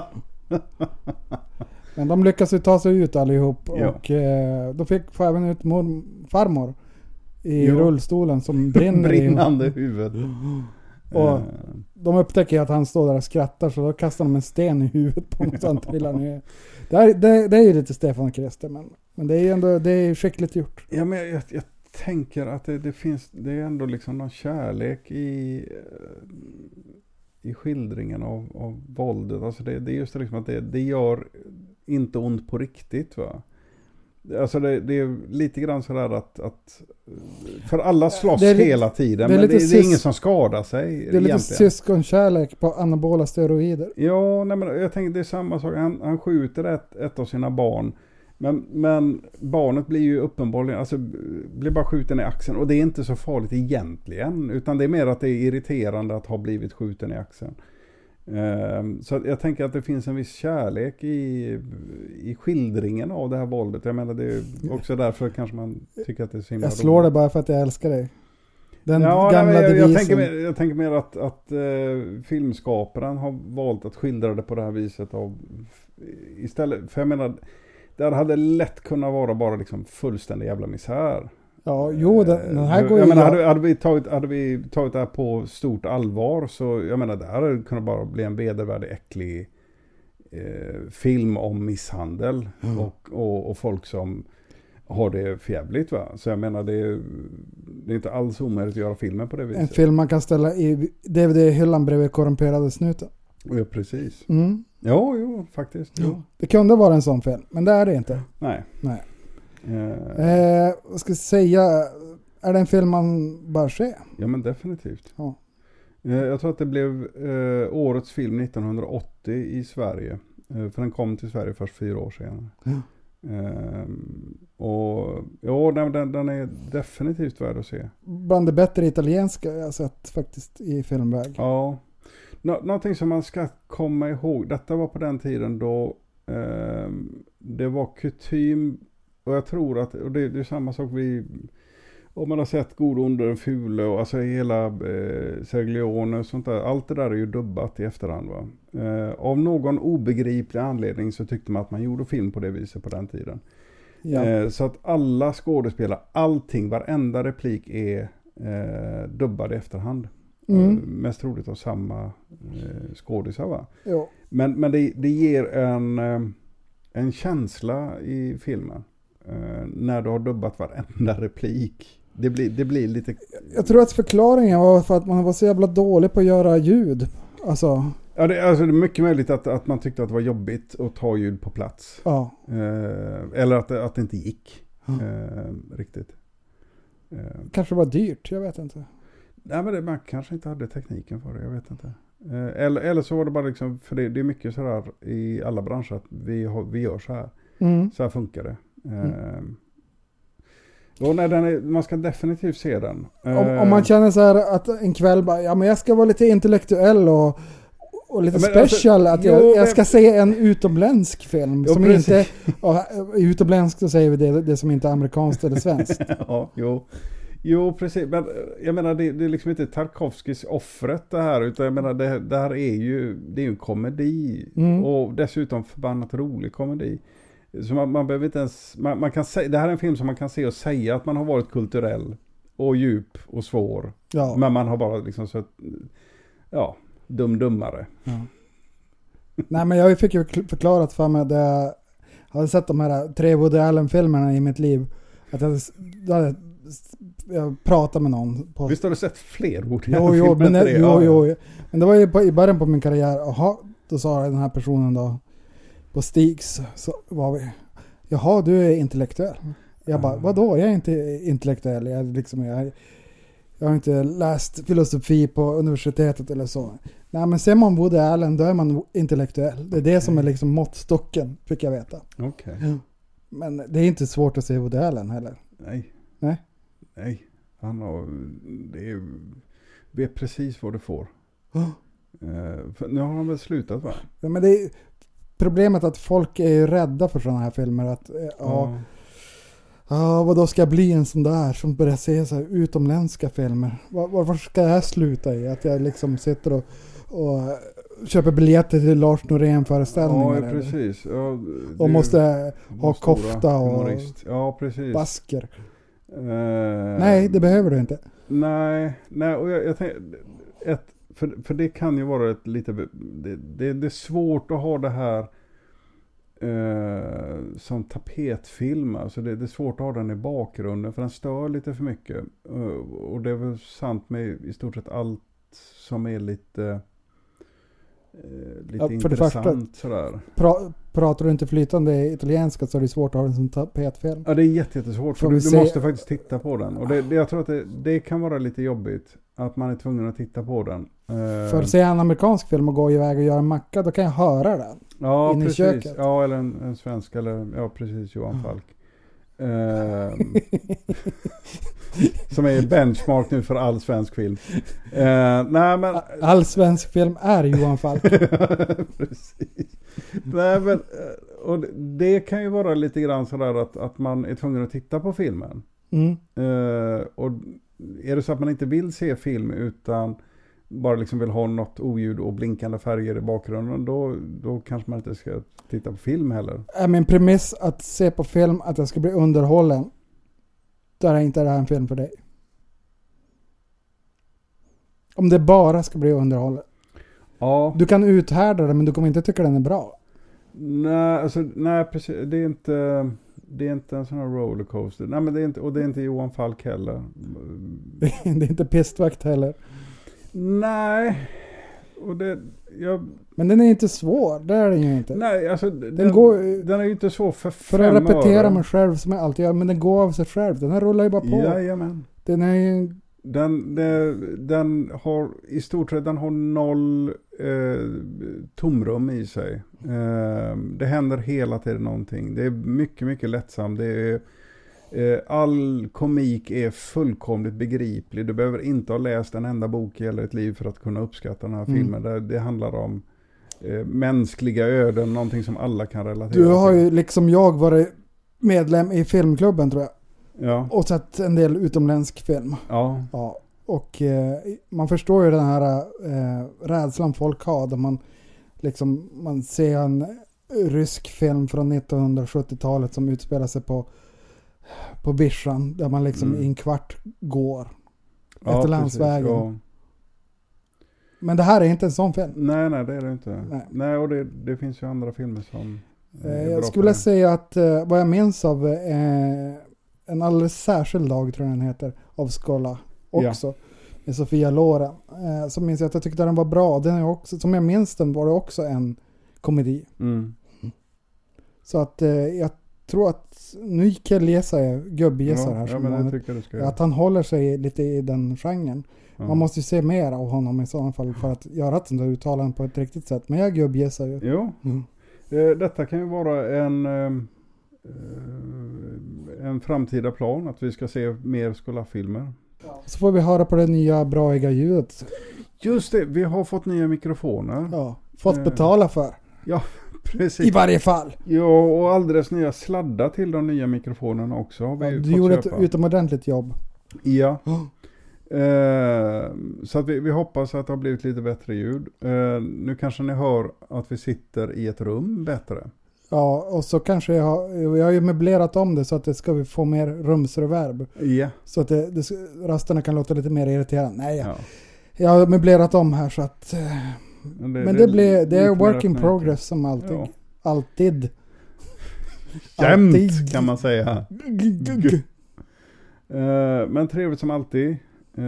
[SPEAKER 1] Men de lyckas ju ta sig ut allihop. Och då får även ut farmor i rullstolen som brinner.
[SPEAKER 2] Brinnande huvud.
[SPEAKER 1] Och de upptäcker att han står där och skrattar, så då kastar de en sten i huvudet på honom så han trillar ner. Det är ju lite Stefan Krister, men det är ju ändå, det är skickligt gjort.
[SPEAKER 2] Ja, men jag tänker att det är ändå liksom någon kärlek i skildringen av våldet. Alltså det är just det liksom att det gör inte ont på riktigt, va? Alltså det är lite grann sådär att för alla slåss hela tiden, men det är ingen som skadar sig. Det är
[SPEAKER 1] lite egentligen syskonkärlek på anabola steroider.
[SPEAKER 2] Ja, nej, men jag tänker det är samma sak. Han skjuter ett av sina barn, men barnet blir ju uppenbarligen, alltså blir bara skjuten i axeln, och det är inte så farligt egentligen, utan det är mer att det är irriterande att ha blivit skjuten i axeln. Så jag tänker att det finns en viss kärlek i skildringen av det här våldet. Jag menar, det är också därför kanske man tycker att det är så himla
[SPEAKER 1] roligt. Jag slår det bara för att jag älskar dig. Den gamla devisen.
[SPEAKER 2] Jag tänker mer att filmskaparen har valt att skildra det på det här viset istället, för jag menar, det hade lätt kunnat vara bara liksom fullständig jävla misär.
[SPEAKER 1] Ja, jo, den här går
[SPEAKER 2] jag
[SPEAKER 1] ju...
[SPEAKER 2] menar, hade vi tagit det här på stort allvar, så jag menar, det här hade kunnat bara bli en vedervärdig, äcklig film om misshandel och folk som har det förjävligt, va? Så jag menar, det är inte alls omöjligt att göra filmen på det viset.
[SPEAKER 1] En film man kan ställa i DVD-hyllan bredvid korrumperade snuten.
[SPEAKER 2] Ja, precis. Jo, faktiskt. Jo.
[SPEAKER 1] Det kunde vara en sån film, men det är det inte.
[SPEAKER 2] Nej.
[SPEAKER 1] Vad ska jag säga? Är det en film man bör se?
[SPEAKER 2] Ja, men definitivt.
[SPEAKER 1] Ja.
[SPEAKER 2] Jag tror att det blev årets film 1980 i Sverige. För den kom till Sverige först 4 år senare. Och ja, den är definitivt värd att se.
[SPEAKER 1] Bland det bättre italienska jag har sett faktiskt i filmväg.
[SPEAKER 2] Ja. Någonting som man ska komma ihåg. Detta var på den tiden då det var kutym. Och jag tror att, och det är samma sak om man har sett God, under den fule och alltså hela Serglione och sånt där. Allt det där är ju dubbat i efterhand, va? Av någon obegriplig anledning så tyckte man att man gjorde film på det viset på den tiden. Ja. Så att alla skådespelare, allting, varenda replik är dubbad i efterhand. Mest troligt av samma skådisar, va?
[SPEAKER 1] Ja.
[SPEAKER 2] Men det ger en känsla i filmen. När du har dubbat varenda replik det blir lite...
[SPEAKER 1] Jag tror att förklaringen var för att man var så jävla dålig på att göra ljud. Alltså...
[SPEAKER 2] Ja, det är mycket möjligt att man tyckte att det var jobbigt att ta ljud på plats.
[SPEAKER 1] Ja.
[SPEAKER 2] Eller att det inte gick riktigt.
[SPEAKER 1] Kanske var dyrt, jag vet inte.
[SPEAKER 2] Nej, men man kanske inte hade tekniken för det, jag vet inte. Eller så var det bara liksom, för det är mycket sådär i alla branscher att vi gör så här. Så här funkar det. Och man ska definitivt se den.
[SPEAKER 1] Om man känner så här att en kväll bara, ja men jag ska vara lite intellektuell och lite special, att jag ska se en utomländsk film som inte, utomländsk så säger vi det som inte är amerikanskt eller svenskt.
[SPEAKER 2] Ja, jo, precis. Men jag menar, det är liksom inte Tarkovskis Offret det här, utan jag menar, det här är ju en komedi. Och dessutom förbannat rolig komedi. Så man behöver inte ens, man kan säga, det här är en film som man kan se och säga att man har varit kulturell och djup och svår. Ja. Men man har bara liksom så, dummare. Ja.
[SPEAKER 1] Nej, men jag fick ju förklarat för mig att jag hade sett de här 3 Woody Allen-filmerna i mitt liv. Att jag pratade med någon.
[SPEAKER 2] Visst har du sett fler Woody Allen-filmer?
[SPEAKER 1] Jo. Men det var ju i början på min karriär. Då sa den här personen då på Stigs så var vi, jaha, du är intellektuell. Jag bara, vadå? Jag är inte intellektuell. Jag har inte läst filosofi på universitetet eller så. Nej, men ser man Woody Allen, då är man intellektuell. Det är det som är liksom måttstocken, fick jag veta.
[SPEAKER 2] Okay.
[SPEAKER 1] Men det är inte svårt att se Woody Allen heller.
[SPEAKER 2] Nej. Det vet precis vad du får. För nu har han väl slutat, va?
[SPEAKER 1] Ja, men det är problemet att folk är ju rädda för sådana här filmer. Att vad då ska jag bli en sån där som börjar se så här utomländska filmer? Varför ska jag sluta i? Att jag liksom sitter och köper biljetter till Lars Norén-föreställningar.
[SPEAKER 2] Ja, precis. Ja,
[SPEAKER 1] och måste ha kofta och basker. Nej, det behöver du inte.
[SPEAKER 2] Nej, och jag tänker... För det kan ju vara ett lite... Det är svårt att ha det här som tapetfilm. Alltså det är svårt att ha den i bakgrunden, för den stör lite för mycket. Och det är väl sant med i stort sett allt som är lite intressant. Sådär.
[SPEAKER 1] Pratar du inte flytande italienska så är det svårt att ha den som tapetfilm.
[SPEAKER 2] Ja, det är jättesvårt. För du måste faktiskt titta på den. Och jag tror att det kan vara lite jobbigt att man är tvungen att titta på den.
[SPEAKER 1] För att se en amerikansk film och gå iväg och göra en macka, då kan jag höra den.
[SPEAKER 2] Ja,
[SPEAKER 1] in
[SPEAKER 2] precis.
[SPEAKER 1] I köket.
[SPEAKER 2] Ja, eller en svensk, eller ja, precis, Johan Falk. Som är benchmark nu för all svensk film. Nej, men...
[SPEAKER 1] All svensk film är Johan Falk.
[SPEAKER 2] Precis. Nej, men, och det kan ju vara lite grann sådär att man är tvungen att titta på filmen. Och är det så att man inte vill se film utan bara liksom vill ha något oljud och blinkande färger i bakgrunden, då kanske man inte ska titta på film heller. Är
[SPEAKER 1] min premiss att se på film att jag ska bli underhållen, då är inte det här en film för dig. Om det bara ska bli underhållen. Ja. Du kan uthärda det, men du kommer inte tycka den är bra.
[SPEAKER 2] Nej, precis. Det är inte en sån här rollercoaster. Nej, men det är inte Johan Falk heller.
[SPEAKER 1] Det är inte Pistvakt heller.
[SPEAKER 2] Nej.
[SPEAKER 1] Men den är inte svår, det är den ju inte.
[SPEAKER 2] Nej, alltså den är ju inte så för
[SPEAKER 1] att repetera mig själv som jag alltid gör, men den går av sig själv. Den här rullar ju bara på.
[SPEAKER 2] Jajamän.
[SPEAKER 1] Den är ju...
[SPEAKER 2] Den har i stort sett 0 tomrum i sig. Det händer hela tiden någonting. Det är mycket, mycket lättsamt. All komik är fullkomligt begriplig. Du behöver inte ha läst en enda bok i hela ett liv för att kunna uppskatta den här filmen. Det handlar om mänskliga öden, någonting som alla kan relatera till.
[SPEAKER 1] Du har ju liksom jag varit medlem i filmklubben, tror jag.
[SPEAKER 2] Ja.
[SPEAKER 1] Och sett en del utomländsk film.
[SPEAKER 2] Ja.
[SPEAKER 1] Och man förstår ju den här rädslan folk har, där man ser en rysk film från 1970-talet som utspelar sig på Vischan, där man liksom i en kvart går efter landsvägen. Ja. Men det här är inte en sån film.
[SPEAKER 2] Nej, det är det inte. Nej, och det finns ju andra filmer som
[SPEAKER 1] jag skulle säga att vad jag minns av En alldeles särskild dag tror jag den heter. Av Skola också. Med Sofia Loren. Så minns jag att jag tyckte den var bra. Den är också, som jag minns den var det också en komedi. Så att jag tror att nu gick jag gubbgäsar här som att han håller sig lite i den genren. Man måste ju se mer av honom i sådana fall för att göra ett sånt där uttalande på ett riktigt sätt. Men jag gubbgäsar ju.
[SPEAKER 2] Jo. Detta kan ju vara en framtida plan att vi ska se mer Skola-filmer.
[SPEAKER 1] Så får vi höra på det nya braiga ljudet.
[SPEAKER 2] Just det, vi har fått nya mikrofoner.
[SPEAKER 1] Ja, fått betala för.
[SPEAKER 2] Ja, precis.
[SPEAKER 1] I varje fall.
[SPEAKER 2] Ja, och alldeles nya sladdar till de nya mikrofonerna också. Har vi
[SPEAKER 1] du gjorde ett utomordentligt jobb.
[SPEAKER 2] Ja. Så att vi hoppas att det har blivit lite bättre ljud. Nu kanske ni hör att vi sitter i ett rum bättre.
[SPEAKER 1] Ja, och så kanske jag har ju möblerat om det så att det ska vi få mer rumsreverb.
[SPEAKER 2] Ja.
[SPEAKER 1] Så att rasterna kan låta lite mer irriterande. Nej, jag har möblerat om här så att... Men det är work in progress som alltid. Ja. Alltid.
[SPEAKER 2] Jämt kan man säga. Men trevligt som alltid.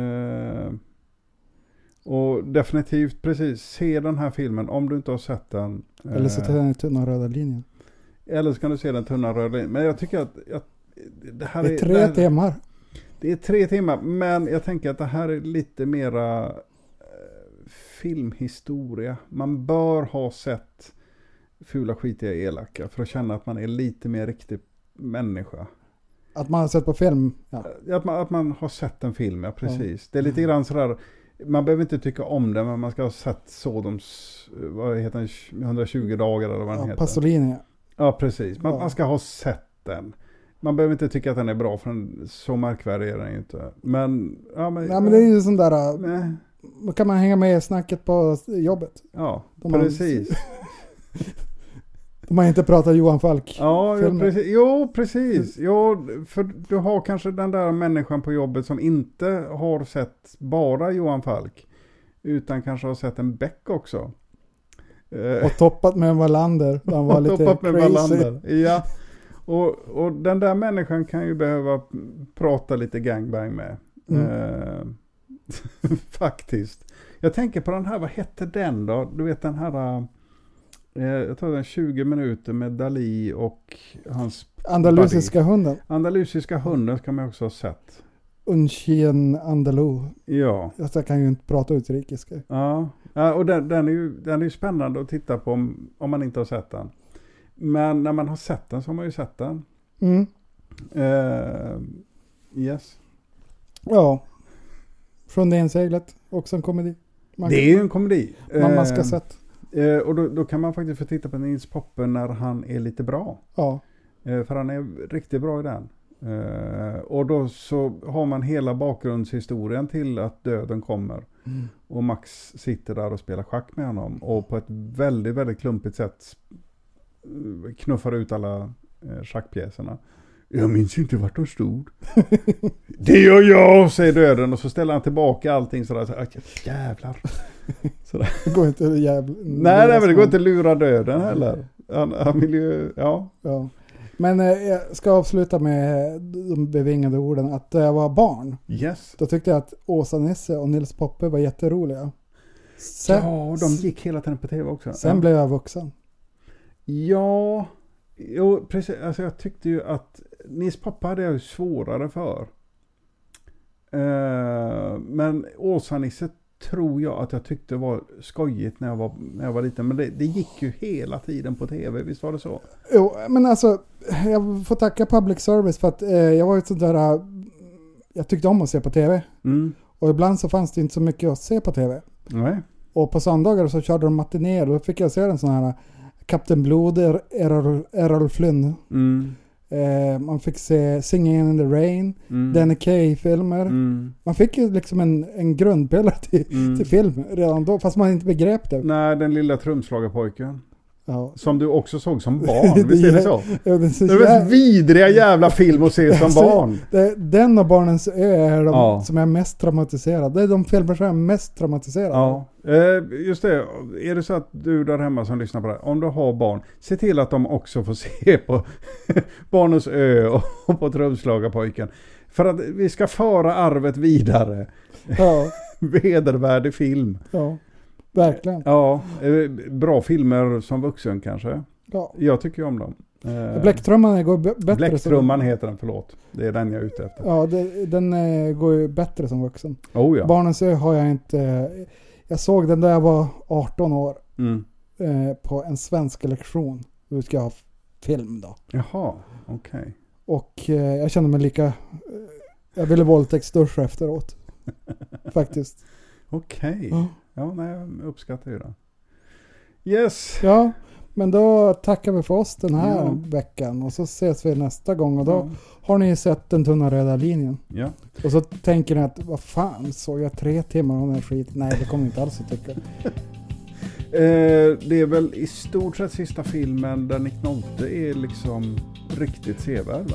[SPEAKER 2] Och definitivt precis se den här filmen om du inte har sett den.
[SPEAKER 1] Eller så tar den tunna röda linjen.
[SPEAKER 2] Eller så kan du se den tunna röda linjen. Men jag tycker att det här
[SPEAKER 1] är 3 timmar.
[SPEAKER 2] Det är 3 timmar, men jag tänker att det här är lite mera filmhistoria. Man bör ha sett Fula, skitiga, elaka för att känna att man är lite mer riktig människa.
[SPEAKER 1] Att man har sett på film?
[SPEAKER 2] Ja. Att man har sett en film, ja precis. Ja. Det är lite grann sådär, man behöver inte tycka om det, men man ska ha sett Sodoms, vad heter den, 120 dagar eller vad den heter.
[SPEAKER 1] Pasolini.
[SPEAKER 2] Ja, precis. Man ska ha sett den. Man behöver inte tycka att den är bra, för så märkvärdig är den ju inte. Men, men
[SPEAKER 1] det är ju sån där... Då kan man hänga med i snacket på jobbet.
[SPEAKER 2] Ja, precis.
[SPEAKER 1] De har inte pratat Johan Falk.
[SPEAKER 2] Ja, precis. Jo, precis. Jo, för du har kanske den där människan på jobbet som inte har sett bara Johan Falk, utan kanske har sett en Beck också.
[SPEAKER 1] Och toppat med Wallander. Han var lite
[SPEAKER 2] toppat med
[SPEAKER 1] crazy.
[SPEAKER 2] Wallander. Ja. Och den där människan kan ju behöva prata lite gangbang med. Faktiskt. Jag tänker på den här, vad hette den då? Du vet den här, jag tror den 20 minuter med Dalí och hans
[SPEAKER 1] Andalusiska hunden.
[SPEAKER 2] Andalusiska hunden ska man också ha sett.
[SPEAKER 1] Unchien Andalou.
[SPEAKER 2] Ja.
[SPEAKER 1] Jag kan ju inte prata utrikiska.
[SPEAKER 2] Ja, och den är ju spännande att titta på om man inte har sett den. Men när man har sett den så har man ju sett den. Yes.
[SPEAKER 1] Ja. Från det inseglet. Också en komedi.
[SPEAKER 2] Det är ju en komedi.
[SPEAKER 1] Man ska ha sett.
[SPEAKER 2] Och då kan man faktiskt få titta på Nils Poppe när han är lite bra.
[SPEAKER 1] Ja.
[SPEAKER 2] För han är riktigt bra i den. Och då så har man hela bakgrundshistorien till att döden kommer. Och Max sitter där och spelar schack med honom. Och på ett väldigt, väldigt klumpigt sätt knuffar ut alla schackpjäserna. Jag minns inte vart de stod. Det gör jag, säger döden. Och så ställer han tillbaka allting sådär. Jävlar. Sådär.
[SPEAKER 1] Det går inte
[SPEAKER 2] Nej, men det går inte att lura döden heller. Han vill ju, ja.
[SPEAKER 1] Men jag ska avsluta med de bevingade orden. Att jag var barn.
[SPEAKER 2] Yes.
[SPEAKER 1] Då tyckte jag att Åsa Nisse och Nils Poppe var jätteroliga.
[SPEAKER 2] De gick hela tiden på tv också.
[SPEAKER 1] Sen blev jag vuxen.
[SPEAKER 2] Ja, jo, precis. Alltså jag tyckte ju att Nils Poppe hade jag ju svårare för. Men Åsa Nisse tror jag att jag tyckte var skojigt när jag var liten. Men det gick ju hela tiden på tv, visst var det så?
[SPEAKER 1] Jo, men alltså jag får tacka public service för att jag var ju sånt där, jag tyckte om att se på tv. Och ibland så fanns det inte så mycket att se på tv.
[SPEAKER 2] Nej.
[SPEAKER 1] Och på söndagar så körde de matinéer och då fick jag se en sån här Captain Blood, Errol Flynn. Man fick se Singing in the Rain, Danny Kaye-filmer. Man fick ju liksom en grundpelare till film redan då, fast man inte begrep det.
[SPEAKER 2] Nej, den lilla trumslagarpojken. Ja. Som du också såg som barn, visst är det så? Ja, det är den mest vidriga jävla film att se som barn.
[SPEAKER 1] Den och Barnens ö är de som är mest traumatiserade. Det är de filmer som är mest traumatiserade.
[SPEAKER 2] Ja, just det. Är det så att du där hemma som lyssnar på det, om du har barn, se till att de också får se på Barnens ö och på Trumslagarpojken. För att vi ska föra arvet vidare. Ja. Vedervärdig film.
[SPEAKER 1] Ja. Verkligen.
[SPEAKER 2] Ja, bra filmer som vuxen kanske. Ja. Jag tycker om dem.
[SPEAKER 1] Bläcktrumman går bättre.
[SPEAKER 2] Bläcktrumman heter den, förlåt. Det är den jag är ute efter.
[SPEAKER 1] Ja, den går ju bättre som vuxen.
[SPEAKER 2] Oh, ja.
[SPEAKER 1] Barnens ö har jag inte... Jag såg den där jag var 18 år. På en svensk lektion. Du ska ha film då.
[SPEAKER 2] Jaha, okej. Okay.
[SPEAKER 1] Och jag kände mig lika... Jag ville våldtäktsduscha efteråt. Faktiskt.
[SPEAKER 2] Okej. Okay. Ja, nej, jag uppskattar ju det. Yes.
[SPEAKER 1] Ja, men då tackar vi för oss den här veckan. Och så ses vi nästa gång. Och då har ni sett Den tunna röda linjen.
[SPEAKER 2] Ja.
[SPEAKER 1] Och så tänker ni att, vad fan, såg jag 3 timmar om den här skit? Nej, det kommer inte alls att tycka.
[SPEAKER 2] Det är väl i stort sett sista filmen där Nick Nolte är liksom riktigt sevärd, va?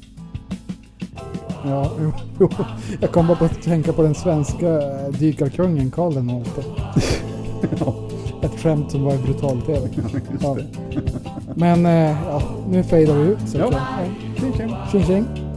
[SPEAKER 1] Ja, jo. Jag kom bara på att tänka på den svenska dykarkungen Karl den Nolte. Ett skämt som var brutalt tv. Ja. Men nu fejdar vi ut. Så
[SPEAKER 2] ja. Tjing, tjing.
[SPEAKER 1] Tjing, tjing.